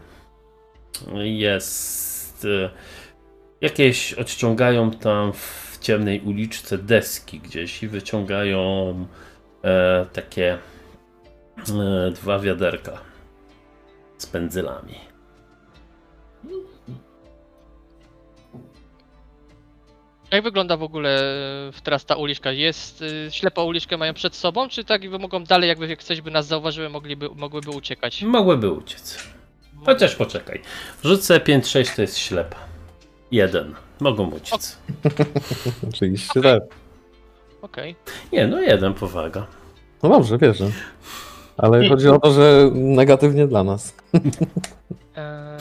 Jest... E, jakieś odciągają tam w ciemnej uliczce deski gdzieś i wyciągają e, takie e, dwa wiaderka z pędzylami. Jak wygląda w ogóle e, teraz ta uliczka? Jest y, ślepą uliczkę mają przed sobą, czy tak jakby mogą dalej, jakby jak coś by nas zauważyły, mogliby, mogłyby uciekać? Mogłyby uciec. Chociaż poczekaj. Rzucę pięć sześć, to jest ślepa. Jeden. Mogą uciec. Oczywiście tak. Okej. Nie, no jeden, powaga. No dobrze, wierzę. Ale chodzi o to, że negatywnie dla nas. Eee,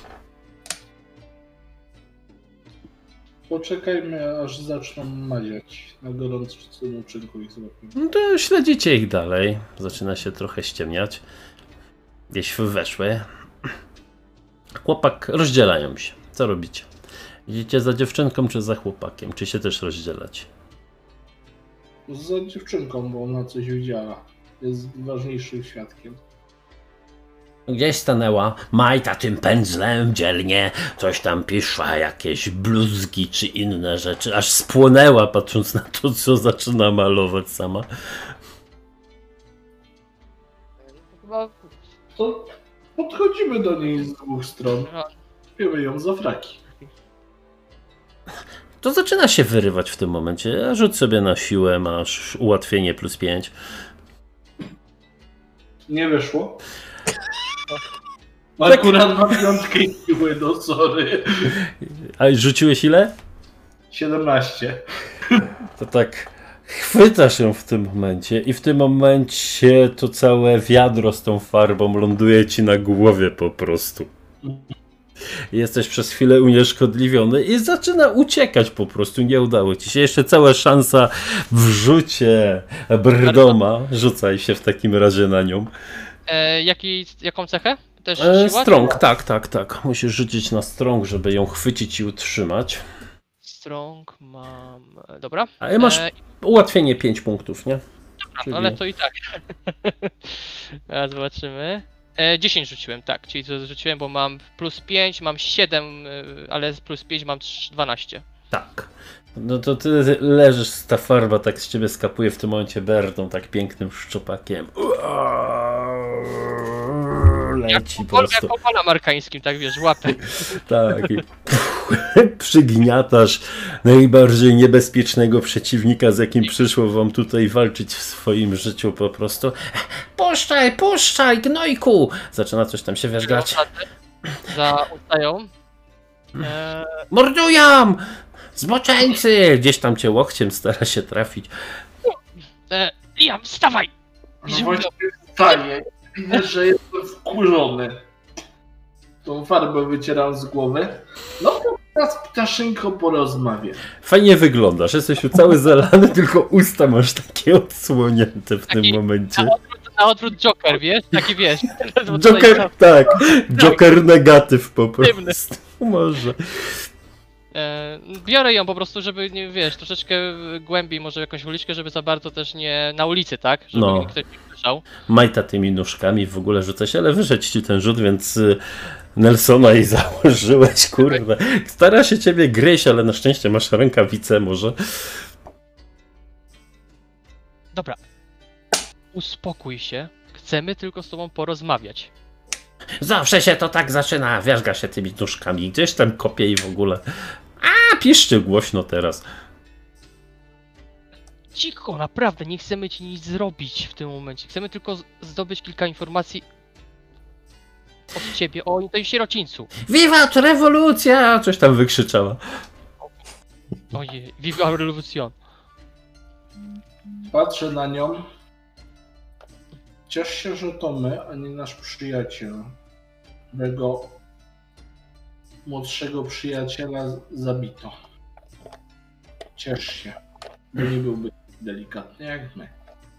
Poczekajmy, aż zaczną maziać. Na gorącym uczynku ich złapiemy. No to śledzicie ich dalej. Zaczyna się trochę ściemniać. Gdzieś weszły. Chłopak, rozdzielają się. Co robicie? Idziecie za dziewczynką czy za chłopakiem? Czy się też rozdzielać? Za dziewczynką, bo ona coś widziała. Jest ważniejszym świadkiem. Gdzieś stanęła Majta tym pędzlem dzielnie, coś tam piszła, jakieś bluzgi czy inne rzeczy, aż spłonęła patrząc na to, co zaczyna malować sama. chyba To podchodzimy do niej z dwóch stron. no, Wiemy ją za fraki. To zaczyna się wyrywać w tym momencie, a rzuć sobie na siłę, masz ułatwienie plus pięć. Nie wyszło. Akurat mam piątkę i siły, no sorry. A rzuciłeś ile? siedemnaście. To tak chwytasz ją w tym momencie i w tym momencie to całe wiadro z tą farbą ląduje ci na głowie po prostu. Jesteś przez chwilę unieszkodliwiony i zaczyna uciekać po prostu, nie udało ci się. Jeszcze cała szansa w rzucie Brdoma. Rzucaj się w takim razie na nią. e, jaki, jaką cechę? Też E, siła? strong, tak, tak, tak. Musisz rzucić na strong, żeby ją chwycić i utrzymać. Strong mam... Dobra. A masz E, ułatwienie pięć punktów, nie? Czyli- ale to i tak. A, zobaczymy. E, dziesięć rzuciłem, tak, czyli to rzuciłem, bo mam plus pięć, mam siedem, e, ale z plus pięć mam trz- dwanaście. Tak. No to ty leżysz, ta farba tak z ciebie skapuje w tym momencie Berdą, tak pięknym szczupakiem. Leci po Jak prostu. po panem amerykańskim, tak wiesz, łapę. Tak. I przygniatasz najbardziej niebezpiecznego przeciwnika, z jakim przyszło wam tutaj walczyć w swoim życiu po prostu. Puszczaj, puszczaj, gnojku! Zaczyna coś tam się wierzgać. Za ustają. E, Mordują! Zboczeńcy! Gdzieś tam cię łokciem stara się trafić. e, Liam, wstawaj! No właśnie wstaję. Widzę, że jestem wkurzony. Tą farbę wycieram z głowy. No to teraz ptaszynko porozmawia. Fajnie wyglądasz, jesteś tu cały zalany, tylko usta masz takie odsłonięte w tym Taki- momencie. Na odwrót, na odwrót Joker, wiesz? Taki wiesz. Joker, tak, Joker negatyw po Sztywny. prostu. Może. E, biorę ją po prostu, żeby, nie wiesz, troszeczkę głębiej może jakąś uliczkę, żeby za bardzo też nie na ulicy, tak? Żeby No. ktoś nie słyszał. Majta tymi nóżkami w ogóle rzuca się, ale wyszedł ci ten rzut, więc y, Nelsona i założyłeś, kurde. Stara się ciebie gryźć, ale na szczęście masz rękawice może. Dobra. Uspokój się. Chcemy tylko z tobą porozmawiać. Zawsze się to tak zaczyna, wierzga się tymi nóżkami, gdzieś tam kopie i w ogóle. A, piszczy głośno teraz. Cicho, naprawdę, nie chcemy ci nic zrobić w tym momencie. Chcemy tylko z- zdobyć kilka informacji od ciebie o tym sierocińcu. Wiwat rewolucja! Coś tam wykrzyczała. Ojej, Viva Revolution. Patrzę na nią. Ciesz się, że to my, a nie nasz przyjaciel. Którego młodszego przyjaciela z- zabito. Ciesz się, bo nie byłby delikatny jak my.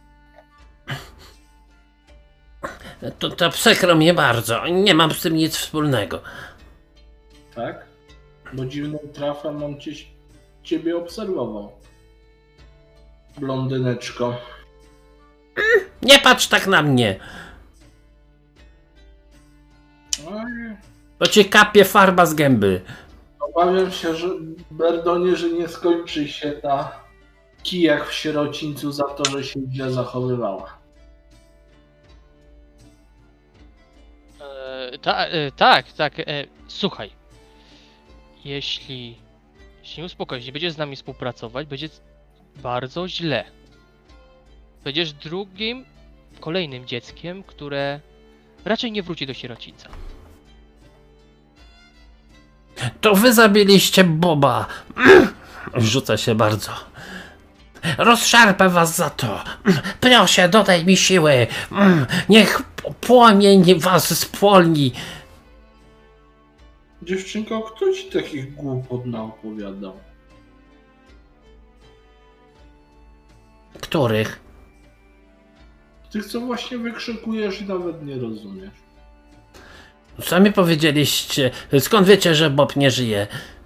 To, to przykro mnie bardzo, nie mam z tym nic wspólnego. Tak? Bo dziwnym trafem on cię, ciebie obserwował. Blondyneczko. Nie patrz tak na mnie, Oj, bo ci kapie farba z gęby. obawiam się, że Berdonie, że nie skończy się na kijach w sierocińcu za to, że się źle zachowywała. E, ta, e, tak, tak. E, słuchaj. Jeśli się nie uspokoisz, nie będziesz z nami współpracować, będzie bardzo źle. Będziesz drugim, kolejnym dzieckiem, które raczej nie wróci do sierocińca. To wy zabiliście Boba. Rzuca się bardzo. Rozszarpę was za to. Proszę, dodaj mi siły. Niech płomień was spłoni. Dziewczynko, kto ci takich głupot naopowiadał? Których? Tych, co właśnie wykrzykujesz i nawet nie rozumiesz. Sami powiedzieliście. Skąd wiecie, że Bob nie żyje?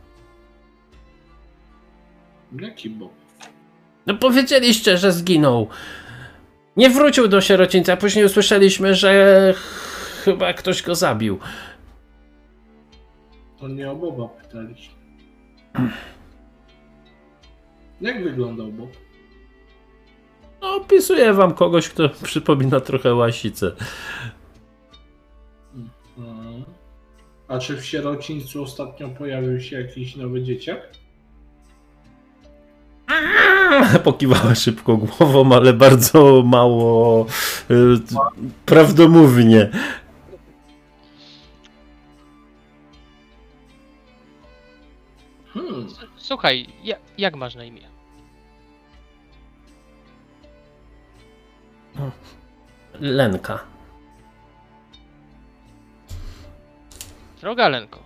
Jaki Bob? No powiedzieliście, że zginął. Nie wrócił do sierocińca, a później usłyszeliśmy, że chyba ktoś go zabił. To nie o Boba pytaliśmy. Jak wyglądał Bob? No, opisuję wam kogoś, kto przypomina trochę łasicę. Mhm. A czy w sierocińcu ostatnio pojawił się jakiś nowy dzieciak? Pokiwała szybko głową, ale bardzo mało y, prawdomównie. Hmm. Słuchaj, ja, jak masz na imię? Lenka. Droga Lenko.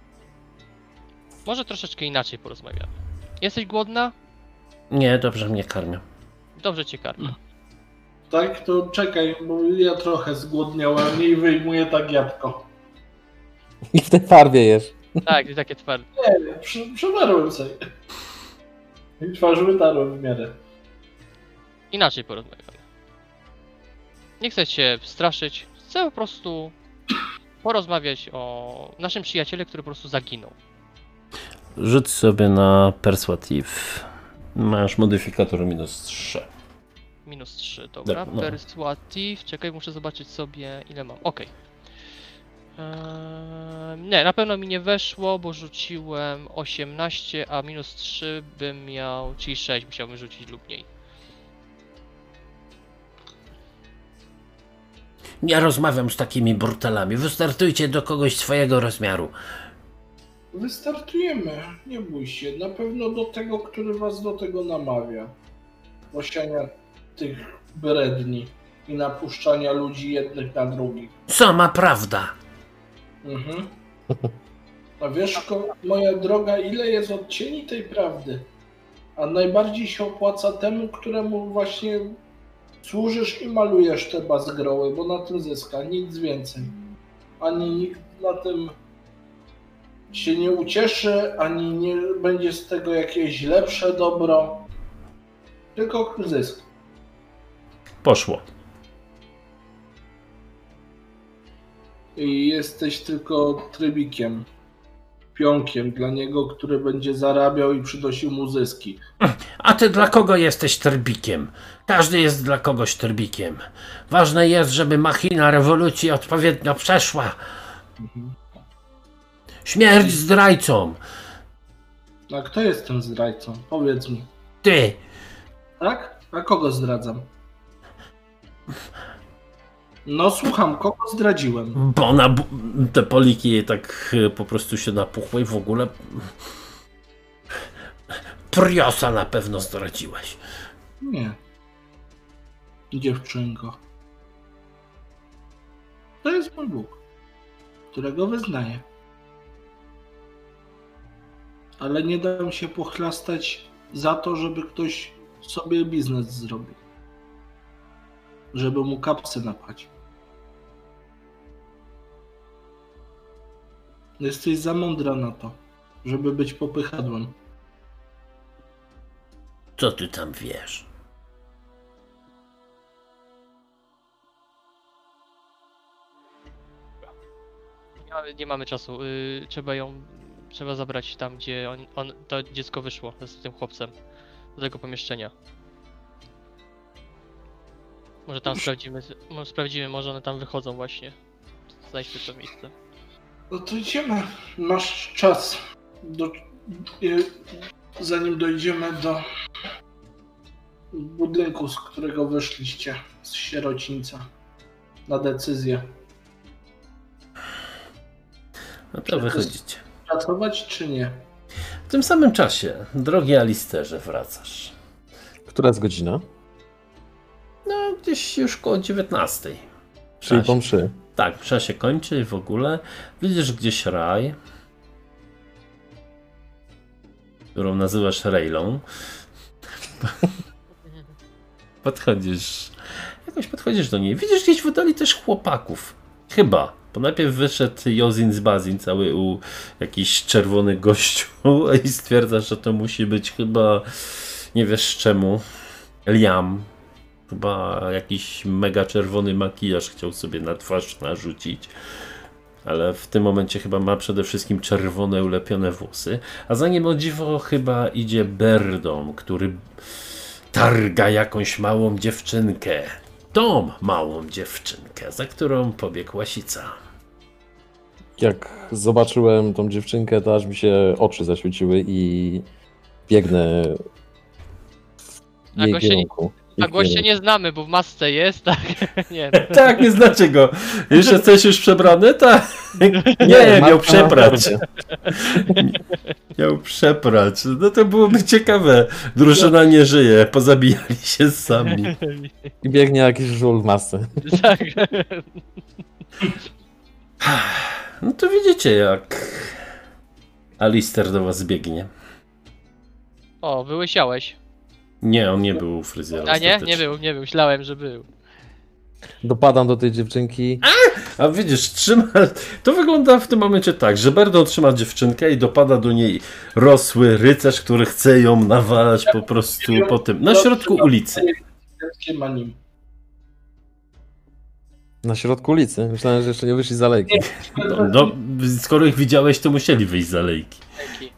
Może troszeczkę inaczej porozmawiamy. Jesteś głodna? Nie, dobrze mnie karmią. Dobrze cię karmię. Tak, to czekaj, bo ja trochę zgłodniałem i wyjmuję tak jabłko. I w tej farbie jesz. Tak, takie twarde. Nie, przy, przemarłem sobie. I twarz wytarłem w miarę. Inaczej porozmawiamy. Nie chcę cię straszyć, chcę po prostu porozmawiać o naszym przyjaciele, który po prostu zaginął. Rzuć sobie na Persuative. Masz modyfikator minus trzy. Minus trzy, dobra. No. Persuative, czekaj, muszę zobaczyć sobie ile mam. Okej. Eee, nie, na pewno mi nie weszło, bo rzuciłem osiemnaście, a minus trzy bym miał, czyli sześć musiałbym rzucić lub mniej. Nie rozmawiam z takimi brutalami. Wystartujcie do kogoś swojego rozmiaru. Wystartujemy, nie bój się. Na pewno do tego, który was do tego namawia. Posiania tych bredni i napuszczania ludzi jednych na drugich. Sama prawda. Mhm. A wiesz, ko- moja droga, ile jest odcieni tej prawdy? A najbardziej się opłaca temu, któremu właśnie służysz i malujesz te bazgroły, bo na tym zyska, nic więcej. Ani nikt na tym się nie ucieszy, ani nie będzie z tego jakieś lepsze dobro, tylko zysk. Poszło. I jesteś tylko trybikiem, pionkiem dla niego, który będzie zarabiał i przynosił mu zyski. A ty dla kogo jesteś terbikiem? Każdy jest dla kogoś terbikiem. Ważne jest, żeby machina rewolucji odpowiednio przeszła. Mhm. Śmierć zdrajcom. A kto jest tym zdrajcą? Powiedz mi. Ty. Tak? A kogo zdradzam? No słucham, kogo zdradziłem? Bo na bu- te poliki jej tak y, po prostu się napuchły i w ogóle... Priosa na pewno zdradziłeś. Nie. Dziewczynko. To jest mój Bóg, którego wyznaję. Ale nie dam się pochlastać za to, żeby ktoś sobie biznes zrobił. Żeby mu kapsy napać. Jesteś za mądra na to, żeby być popychadłem. Co ty tam wiesz? Nie mamy, nie mamy czasu, yy, trzeba ją, trzeba zabrać tam, gdzie on, on, to dziecko wyszło z tym chłopcem, do tego pomieszczenia. Może tam sprawdzimy, może sprawdzimy, może one tam wychodzą właśnie. Znajdźmy to miejsce. No to idziemy. Masz czas do I zanim dojdziemy do budynku, z którego wyszliście, z sierocińca, na decyzję. No to wychodzicie. Pracować czy nie? W tym samym czasie, drogi Alisterze, wracasz. Która jest godzina? No, gdzieś już koło dziewiętnastej. Czyli po mszy. Tak, msza się kończy i w ogóle. Widzisz gdzieś Raj, którą nazywasz Rejlą. Podchodzisz, jakoś podchodzisz do niej. Widzisz gdzieś w oddali też chłopaków. Chyba. Bo najpierw wyszedł Jozin z Bazin, cały u jakiś czerwony gościu i stwierdzasz, że to musi być chyba, nie wiesz czemu, Liam. Chyba jakiś mega czerwony makijaż chciał sobie na twarz narzucić. Ale w tym momencie chyba ma przede wszystkim czerwone, ulepione włosy. A za nim o dziwo chyba idzie Berdom, który targa jakąś małą dziewczynkę. Tą małą dziewczynkę, za którą pobiegł Łasica. Jak zobaczyłem tą dziewczynkę, to aż mi się oczy zaświeciły i biegnę w A jej gościa, kierunku. a gościa nie znamy, bo w masce jest, tak? Nie. Tak, nie znacie go. Jeszcze jesteś już przebrany? Tak. Nie, miał przeprać. Miał przeprać. No to byłoby ciekawe. Drużyna nie żyje, pozabijali się sami. I biegnie jakiś żul w masce. Tak. No to widzicie, jak Alister do was biegnie. O, wyłysiałeś. Nie, on nie był u fryzjera. A nie? ostatecznie. Nie był, nie był. Myślałem, że był. Dopadam do tej dziewczynki. A widzisz, trzyma... to wygląda w tym momencie tak, że Berdo trzyma dziewczynkę i dopada do niej rosły rycerz, który chce ją nawalać po prostu po tym, na środku ulicy. Ma nim. Na środku ulicy. Myślałem, że jeszcze nie wyszli z alejki. No, no, skoro ich widziałeś, to musieli wyjść z alejki. Dzięki.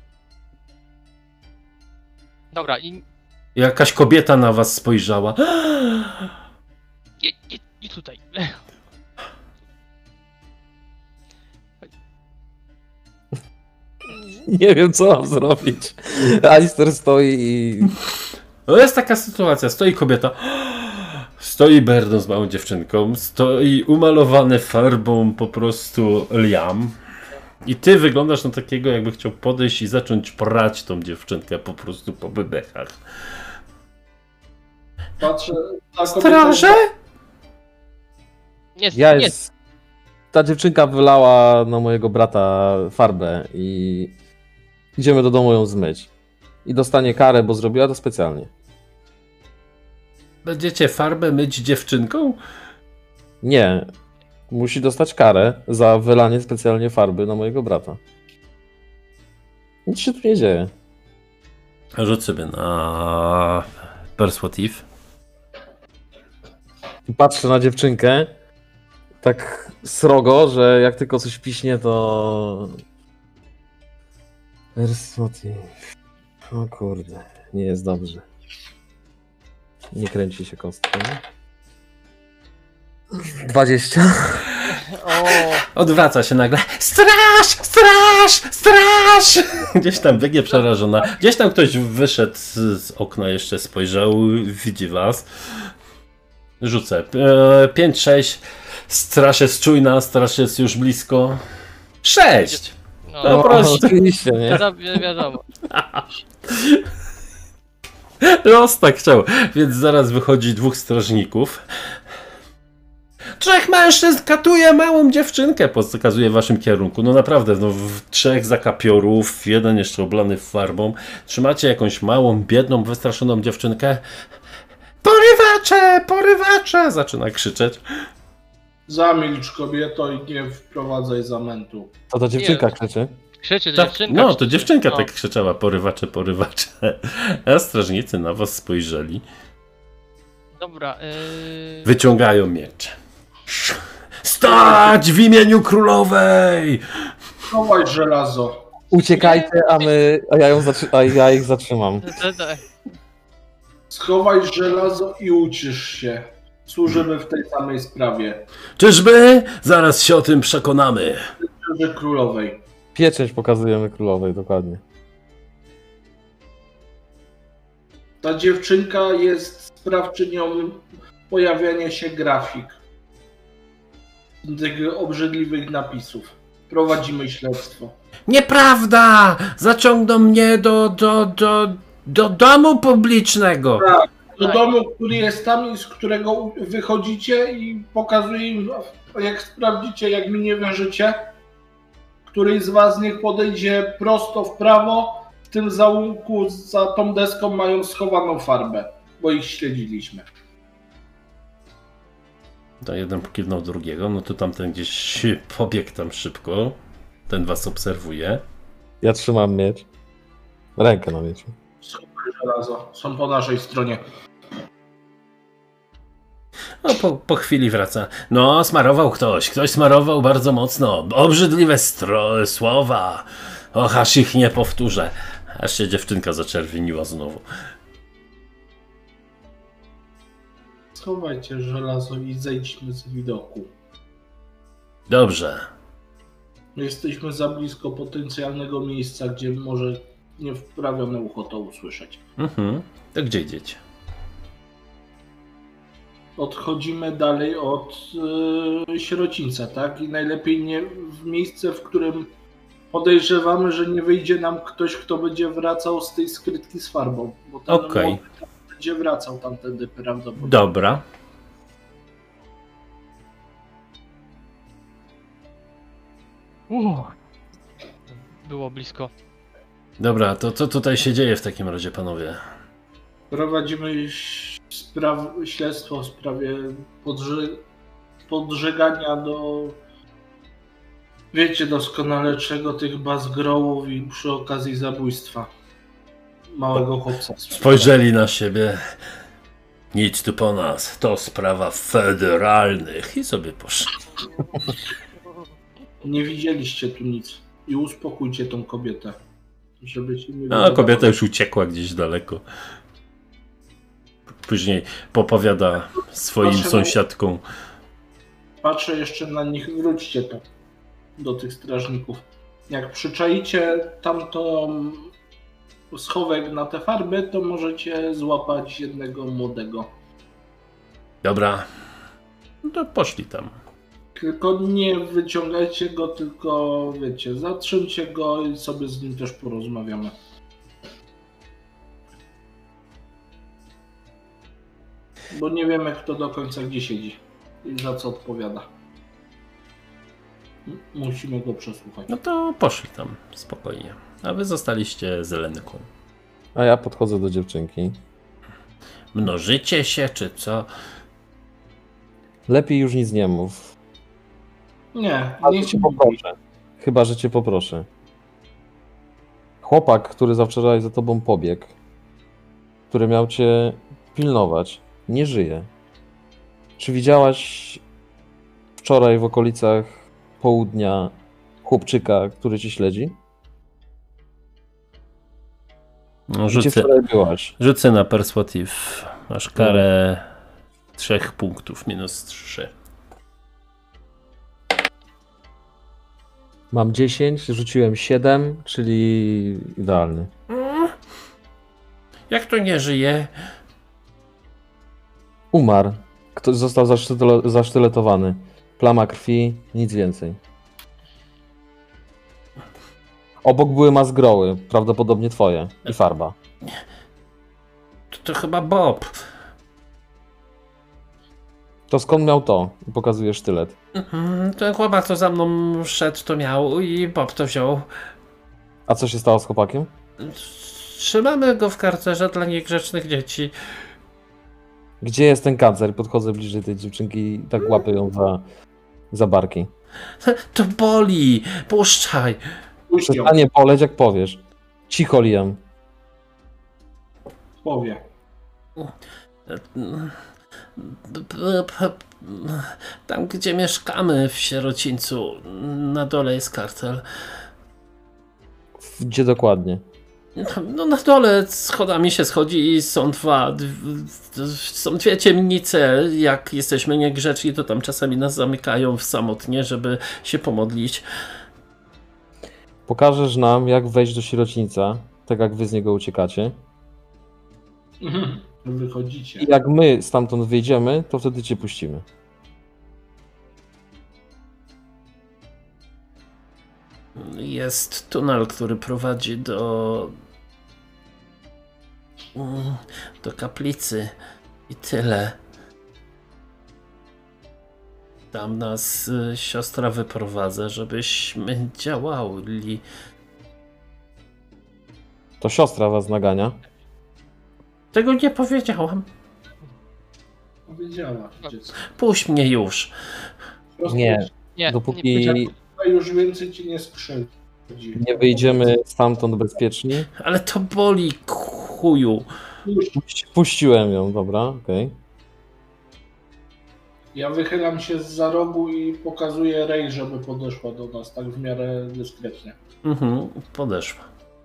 Dobra, i Jakaś kobieta na was spojrzała. nie, nie, nie tutaj. Nie wiem, co mam zrobić. Alister stoi i... No jest taka sytuacja, stoi kobieta, stoi Berdo z małą dziewczynką, stoi umalowany farbą po prostu Liam i ty wyglądasz na takiego, jakby chciał podejść i zacząć prać tą dziewczynkę po prostu po bebechach. Patrzę, ta Straże? Nie, Ja nie. jest... Ta dziewczynka wylała na mojego brata farbę i idziemy do domu ją zmyć. I dostanie karę, bo zrobiła to specjalnie. Będziecie farbę myć dziewczynką? Nie. Musi dostać karę za wylanie specjalnie farby na mojego brata. Nic się tu nie dzieje. Rzuć sobie na Persuative. Patrzę na dziewczynkę tak srogo, że jak tylko coś piśnie, to... Persuative. O kurde, nie jest dobrze. Nie kręci się kostką. dwadzieścia. O, Odwraca się nagle. Straż! Straż! Straż! Gdzieś tam biegnie przerażona. Gdzieś tam ktoś wyszedł z, z okna, jeszcze spojrzał, widzi was. Rzucę. E, pięć sześć. Straż jest czujna, straż jest już blisko. sześć! no, Po prostu. Oczywiście, nie? wiadomo, wiadomo. Los tak chciał. Więc zaraz wychodzi dwóch strażników. Trzech mężczyzn katuje małą dziewczynkę, pokazuje w waszym kierunku. No naprawdę, no w trzech zakapiorów, jeden jeszcze oblany farbą. Trzymacie jakąś małą, biedną, wystraszoną dziewczynkę. Porywacze! Porywacze! Zaczyna krzyczeć. Zamilcz, kobieto, i nie wprowadzaj zamętu. To ta dziewczynka Nie. krzyczy. Krzyczy to Tak, dziewczynka. no, to krzyczy. dziewczynka No. tak krzyczała, porywacze, porywacze. A strażnicy na was spojrzeli. Dobra, yy... Wyciągają miecze. Stać w imieniu królowej! Chowaj żelazo. Uciekajcie, a my, a ja, ją zatrzy- a ja ich zatrzymam. to- to- Schowaj żelazo i ucisz się. Służymy w tej samej sprawie. Czyżby? Zaraz się o tym przekonamy. Służy królowej. Pieczęć pokazujemy królowej, dokładnie. Ta dziewczynka jest sprawczynią pojawiania się grafik. Tych obrzydliwych napisów. Prowadzimy śledztwo. Nieprawda! Zaciągną mnie do, do, do, do domu publicznego. Tak, do domu, który jest tam i z którego wychodzicie i pokazuję im, jak sprawdzicie, jak mi nie wierzycie, któryś z was niech podejdzie prosto w prawo, w tym zaułku za tą deską mają schowaną farbę, bo ich śledziliśmy. To jeden pokiwnął drugiego, no to tamten gdzieś pobiegł tam szybko. Ten was obserwuje. Ja trzymam miecz. Rękę na mieczu. Schowaj żelazo, są po naszej stronie. No po, po chwili wraca. No, smarował ktoś. Ktoś smarował bardzo mocno. Obrzydliwe stro słowa. Och, aż ich nie powtórzę. Aż się dziewczynka zaczerwieniła znowu. Schowajcie żelazo i zejdźmy z widoku. Dobrze. Jesteśmy za blisko potencjalnego miejsca, gdzie może niewprawione ucho to usłyszeć. Mhm. To gdzie idziecie? Odchodzimy dalej od yy, sierocińca, tak? I najlepiej nie w miejsce, w którym podejrzewamy, że nie wyjdzie nam ktoś, kto będzie wracał z tej skrytki z farbą. Bo ten Okej. młody będzie wracał tamtędy prawdopodobnie. Dobra. Uff. Było blisko. Dobra, to co tutaj się dzieje w takim razie, panowie? Prowadzimy spraw, śledztwo w sprawie podże, podżegania do... Wiecie doskonale czego, tych bazgrołów i przy okazji zabójstwa małego chłopca. Spojrzeli na siebie. Nic tu po nas. To sprawa federalnych. I sobie poszli. Nie widzieliście tu nic. I uspokójcie tą kobietę. Żeby się nie A wydawała. kobieta już uciekła gdzieś daleko. Później popowiada swoim Proszę, sąsiadkom. Patrzę jeszcze na nich, wróćcie to do tych strażników. Jak przyczaicie tamto schowek na te farby, to możecie złapać jednego młodego. Dobra. No to poszli tam. Tylko nie wyciągajcie go, tylko wiecie, zatrzymcie go i sobie z nim też porozmawiamy. Bo nie wiemy, kto do końca gdzie siedzi i za co odpowiada. M- Musimy go przesłuchać. No to poszli tam. Spokojnie. A wy zostaliście z Elenką. A ja podchodzę do dziewczynki. Mnożycie się, czy co? Lepiej już nic nie mów. Nie, Ale nie cię poproszę. Chyba, że cię poproszę. Chłopak, który za wczoraj za tobą pobiegł, który miał cię pilnować, nie żyje. Czy widziałaś wczoraj w okolicach południa chłopczyka, który cię śledzi? No, Gdzie rzucę, wczoraj byłaś? rzucę na perswatyw. Masz karę trzech punktów, minus trzy. Mam dziesięć, rzuciłem siedem, czyli idealny. Jak to nie żyje? Umarł. Ktoś został zasztyle- zasztyletowany. Plama krwi, nic więcej. Obok były mazgroły, prawdopodobnie twoje. I farba. To, to chyba Bob. To skąd miał to? I pokazuje sztylet. Mhm, ten chłopak, co za mną szedł, to miał i Bob to wziął. A co się stało z chłopakiem? Trzymamy go w karcerze dla niegrzecznych dzieci. Gdzie jest ten kancer? Podchodzę bliżej tej dziewczynki i tak łapię ją za, za barki. To boli! Puszczaj! Puść ją, Przestanie boleć, jak powiesz. Cicho, Liam. powie. Tam, gdzie mieszkamy w sierocińcu, na dole jest karcel. Gdzie dokładnie? No na dole schodami się schodzi i są dwa, d- są dwie ciemnice. Jak jesteśmy niegrzeczni, to tam czasami nas zamykają w samotnie, żeby się pomodlić. Pokażesz nam, jak wejść do sierocińca, tak jak wy z niego uciekacie. Mhm. Wychodzicie. I jak my stamtąd wyjdziemy, to wtedy cię puścimy. Jest tunel, który prowadzi do... do kaplicy. I tyle. Tam nas y, siostra wyprowadza, żebyśmy działali. To siostra was nagania. Tego nie powiedziałam. Powiedziała dziecko. Puść mnie już. Prosto Nie. Nie, Dopóki nie, już więcej ci nie skrzywdzi. nie wyjdziemy stamtąd bezpieczni. Ale to boli, chuju. Puść. Puściłem ją, dobra, okej. Ja wychylam się z rogu i pokazuję Rej, żeby podeszła do nas, tak w miarę dyskretnie. Mhm, podeszła.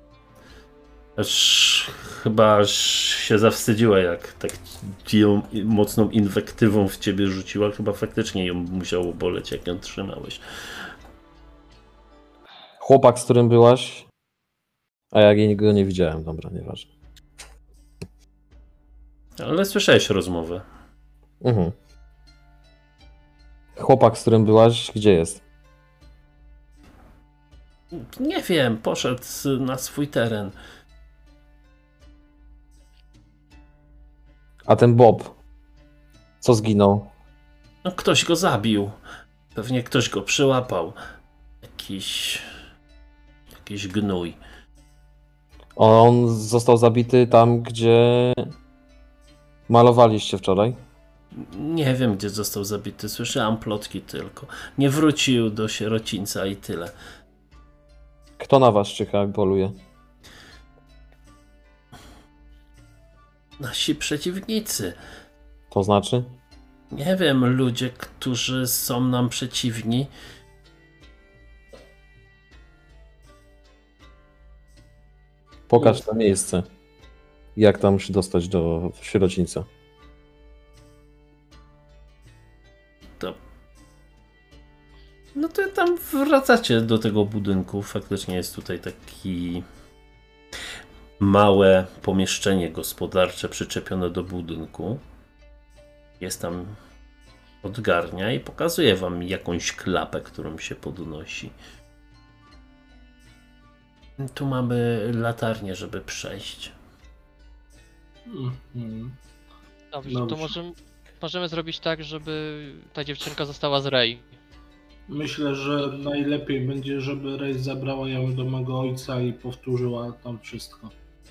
Aż chyba aż się zawstydziła, jak tak ci ją mocną inwektywą w ciebie rzuciła. Chyba faktycznie ją musiało boleć, jak ją trzymałeś. Chłopak, z którym byłaś, a jak jej go nie widziałem, dobra, nieważne. Ale słyszałeś rozmowę. Mhm. Chłopak, z którym byłaś, gdzie jest? Nie wiem, poszedł na swój teren. A ten Bob, co zginął? No, ktoś go zabił. Pewnie ktoś go przyłapał. Jakiś... Jakiś gnój. On został zabity tam, gdzie malowaliście wczoraj? Nie wiem, gdzie został zabity. Słyszałam plotki tylko. Nie wrócił do sierocińca i tyle. Kto na was czyha, jak poluje? Nasi przeciwnicy. To znaczy? Nie wiem, ludzie, którzy są nam przeciwni. Pokaż to miejsce. Jak tam się dostać do sierocińca? To... No to tam wracacie do tego budynku. Faktycznie jest tutaj taki... małe pomieszczenie gospodarcze przyczepione do budynku. Jest tam odgarnia i pokazuje wam jakąś klapę, którą się podnosi. Tu mamy latarnię, żeby przejść. Mhm. Dobrze, Dobrze. to możemy, możemy zrobić tak, żeby ta dziewczynka została z Rej. Myślę, że najlepiej będzie, żeby Rej zabrała ją do mego ojca i powtórzyła tam wszystko.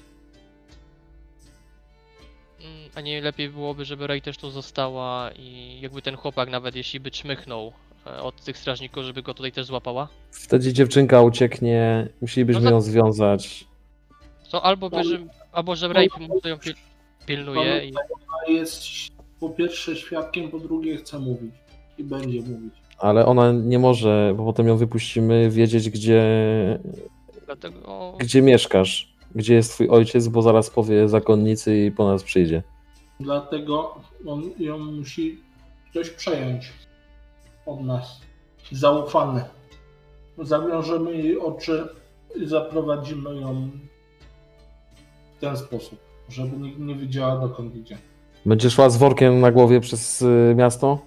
Mm, A nie lepiej byłoby, żeby Rej też tu została i jakby ten chłopak, nawet jeśli by czmychnął e, od tych strażników, żeby go tutaj też złapała? Wtedy dziewczynka ucieknie, musielibyśmy No za- ją związać. To albo bierze, albo że Rej ją pil, pilnuje i... Ona jest po pierwsze świadkiem, po drugie chce mówić. I będzie mówić. Ale ona nie może, bo potem ją wypuścimy, wiedzieć, gdzie, Dlatego... gdzie mieszkasz, gdzie jest twój ojciec, bo zaraz powie zakonnicy i po nas przyjdzie. Dlatego on ją musi ktoś przejąć od nas. Zaufany. Zawiążemy jej oczy i zaprowadzimy ją w ten sposób, żeby nikt nie wiedziała, dokąd idzie. Będzie szła z workiem na głowie przez y, miasto?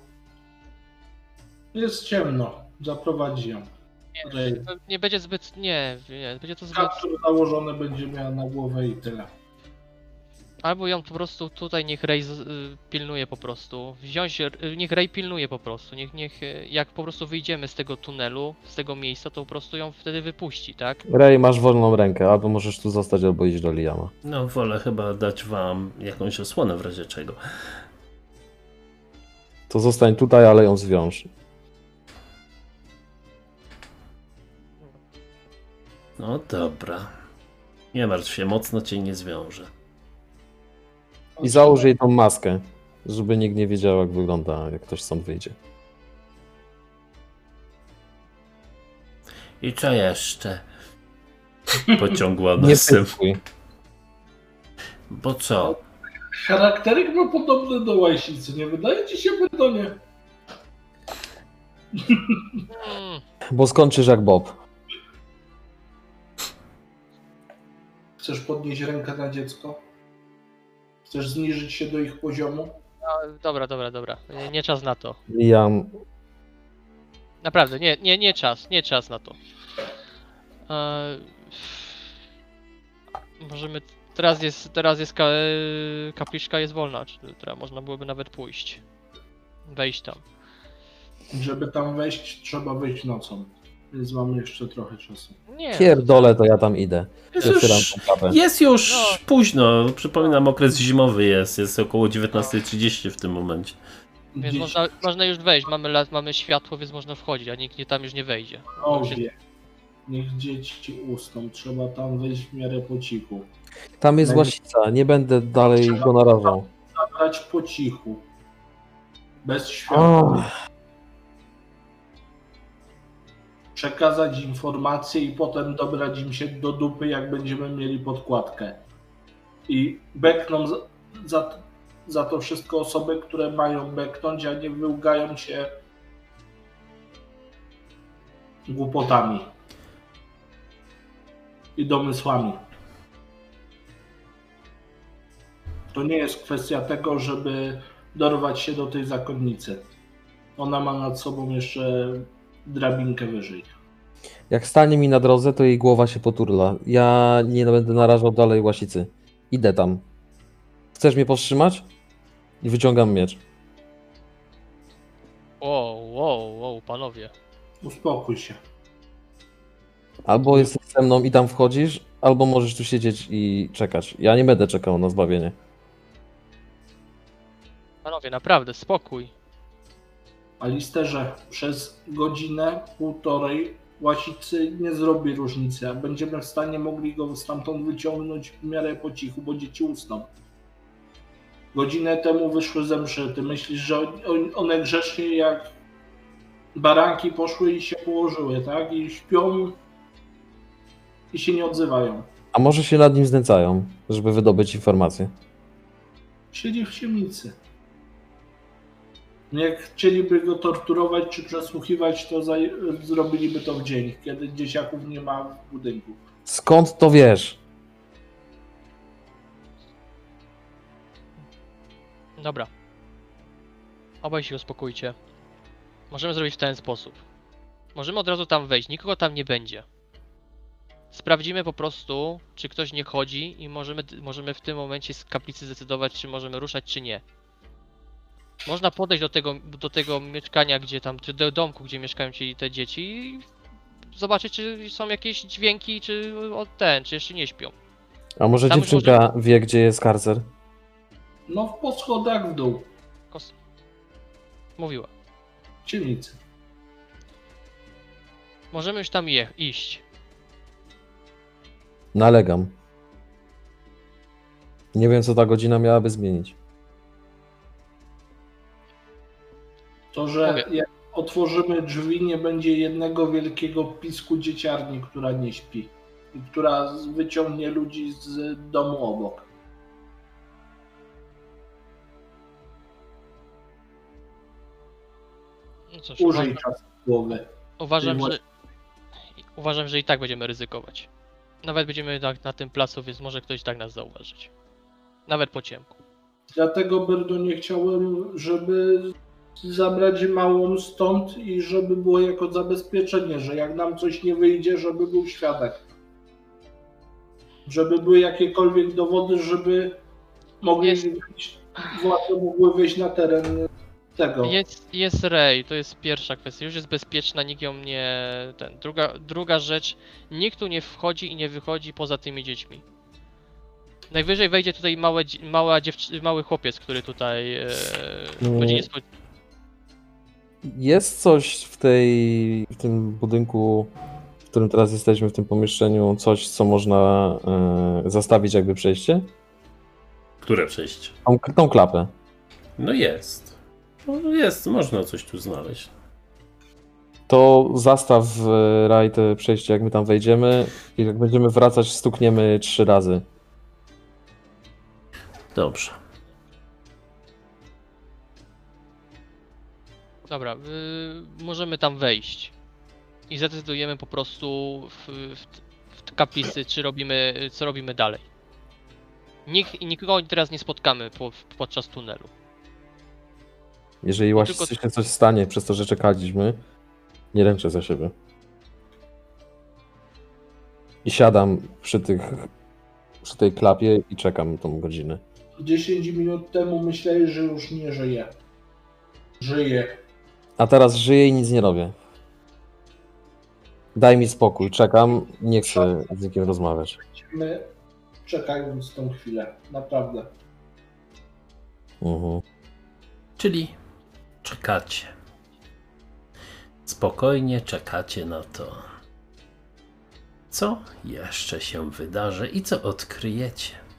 Jest ciemno. Zaprowadzi ją. Rej. Nie będzie zbyt... nie, nie, będzie to zbyt... Kaptur nałożony będzie miała na głowę i tyle. Albo ją po prostu tutaj niech Rej z- y, pilnuje po prostu. Wziąć, y, niech Rej pilnuje po prostu. Niech, niech y, jak po prostu wyjdziemy z tego tunelu, z tego miejsca, to po prostu ją wtedy wypuści, tak? Rej, masz wolną rękę, albo możesz tu zostać, albo iść do Liama. No, wolę chyba dać wam jakąś osłonę w razie czego. To zostań tutaj, ale ją zwiąż. No dobra. Nie martw się, mocno cię nie zwiążę. I załóż jej tą maskę, żeby nikt nie wiedział, jak wygląda, jak ktoś stąd wyjdzie. I co jeszcze? Pociągła Nie nosem. pytkuj. Bo co? Charakterek ma podobny do łajsicy, nie wydaje ci się, Bertonie? Mm, Bo skończysz jak Bob. Chcesz podnieść rękę na dziecko? Chcesz zniżyć się do ich poziomu? A, dobra, dobra, dobra. Nie, nie czas na to. Liam, Naprawdę, nie, nie, nie czas, nie czas na to. Eee, możemy. Teraz jest, teraz jest ka, kapliczka jest wolna, czy teraz można byłoby nawet pójść. Wejść tam. Żeby tam wejść, trzeba wyjść nocą. Więc mamy jeszcze trochę czasu. Nie. pierdolę, to ja tam idę. Jest Otwieram już, tą klapę. jest już No. późno. Przypominam, okres zimowy jest. Jest około dziewiętnasta trzydzieści w tym momencie. Więc Dzieci można, można już wejść, mamy, lat, mamy światło, więc można wchodzić, a nikt nie, tam już nie wejdzie. owie. Niech dzieci usną. Trzeba tam wejść w miarę po cichu. Tam jest Najmniej- łasica, nie będę dalej go narażał. Zabrać po cichu. Bez światła. Przekazać informacje i potem dobrać im się do dupy, jak będziemy mieli podkładkę. I bekną za, za, za to wszystko osoby, które mają beknąć, a nie wyłgają się głupotami i domysłami. To nie jest kwestia tego, żeby dorwać się do tej zakonnicy. Ona ma nad sobą jeszcze drabinkę wyżej. Jak stanie mi na drodze, to jej głowa się poturla. Ja nie będę narażał dalej łasicy. Idę tam. Chcesz mnie powstrzymać? I wyciągam miecz. Wow, wow, wow, panowie. Uspokój się. Albo jesteś ze mną i tam wchodzisz, albo możesz tu siedzieć i czekać. Ja nie będę czekał na zbawienie. Panowie, naprawdę, spokój. Alisterze, przez godzinę, półtorej łasicy nie zrobi różnicy, a będziemy w stanie mogli go stamtąd wyciągnąć w miarę po cichu, bo dzieci usną. Godzinę temu wyszły ze mszy. Ty myślisz, że one grzecznie jak baranki poszły i się położyły, tak? I śpią i się nie odzywają. A może się nad nim znęcają, żeby wydobyć informacje. Siedzi w ciemnicy. Jak chcieliby go torturować czy przesłuchiwać, to za... zrobiliby to w dzień, kiedy dzieciaków nie ma w budynku. Skąd to wiesz? Dobra. Obaj się uspokójcie. Możemy zrobić w ten sposób. Możemy od razu tam wejść, nikogo tam nie będzie. Sprawdzimy po prostu, czy ktoś nie chodzi i możemy, możemy w tym momencie z kaplicy zdecydować, czy możemy ruszać, czy nie. Można podejść do tego, do tego mieszkania, gdzie tam, czy do domku, gdzie mieszkają ci te dzieci i zobaczyć, czy są jakieś dźwięki, czy o ten, czy jeszcze nie śpią. A może Tam już dziewczynka wie, gdzie jest karcer? No po schodach w dół, Kos... Mówiła. w ciemnicy. Możemy już tam je iść. Nalegam. Nie wiem, co ta godzina miałaby zmienić. To, że Mówię. jak otworzymy drzwi, nie będzie jednego wielkiego pisku dzieciarni, która nie śpi i która wyciągnie ludzi z domu obok. No cóż, Użyj uważam, czasu głowy. uważam, Tej że... Uważam, że i tak będziemy ryzykować. Nawet będziemy tak na tym placu, więc może ktoś tak nas zauważyć. Nawet po ciemku. Dlatego, Berdo, nie chciałem, żeby zabrać małą stąd i żeby było jako zabezpieczenie, że jak nam coś nie wyjdzie, żeby był świadek. Żeby były jakiekolwiek dowody, żeby mogli Jest. wyjść, władze mogły wyjść na teren tego. Jest, jest Rej, to jest pierwsza kwestia. Już jest bezpieczna, nikt ją nie... ten. Druga, druga rzecz, nikt tu nie wchodzi i nie wychodzi poza tymi dziećmi. Najwyżej wejdzie tutaj małe, dzi- mała dziewczy- mały chłopiec, który tutaj e, Mm. będzie nie spod... Jest coś w tej, w tym budynku, w którym teraz jesteśmy, w tym pomieszczeniu, coś, co można e, zastawić jakby przejście? Które przejście? Tą, tą klapę. No jest. No jest, można coś tu znaleźć. To zastaw e, Raj te przejście, jak my tam wejdziemy i jak będziemy wracać, stukniemy trzy razy. Dobrze. Dobra, y, możemy tam wejść. I zdecydujemy po prostu w, w, w kaplicy, czy robimy, co robimy dalej. Nikt, nikogo teraz nie spotkamy po, podczas tunelu. Jeżeli No właśnie tylko- się coś stanie przez to, że czekaliśmy, nie ręczę za siebie. I siadam przy tych, przy tej klapie i czekam tą godzinę. dziesięć minut temu myślałeś, że już nie żyje. Żyje. A teraz żyję i nic nie robię. Daj mi spokój, czekam, nie chcę z nikim rozmawiać. My czekając tą chwilę. Naprawdę. Mhm. Czyli czekacie. Spokojnie czekacie na to, co jeszcze się wydarzy i co odkryjecie.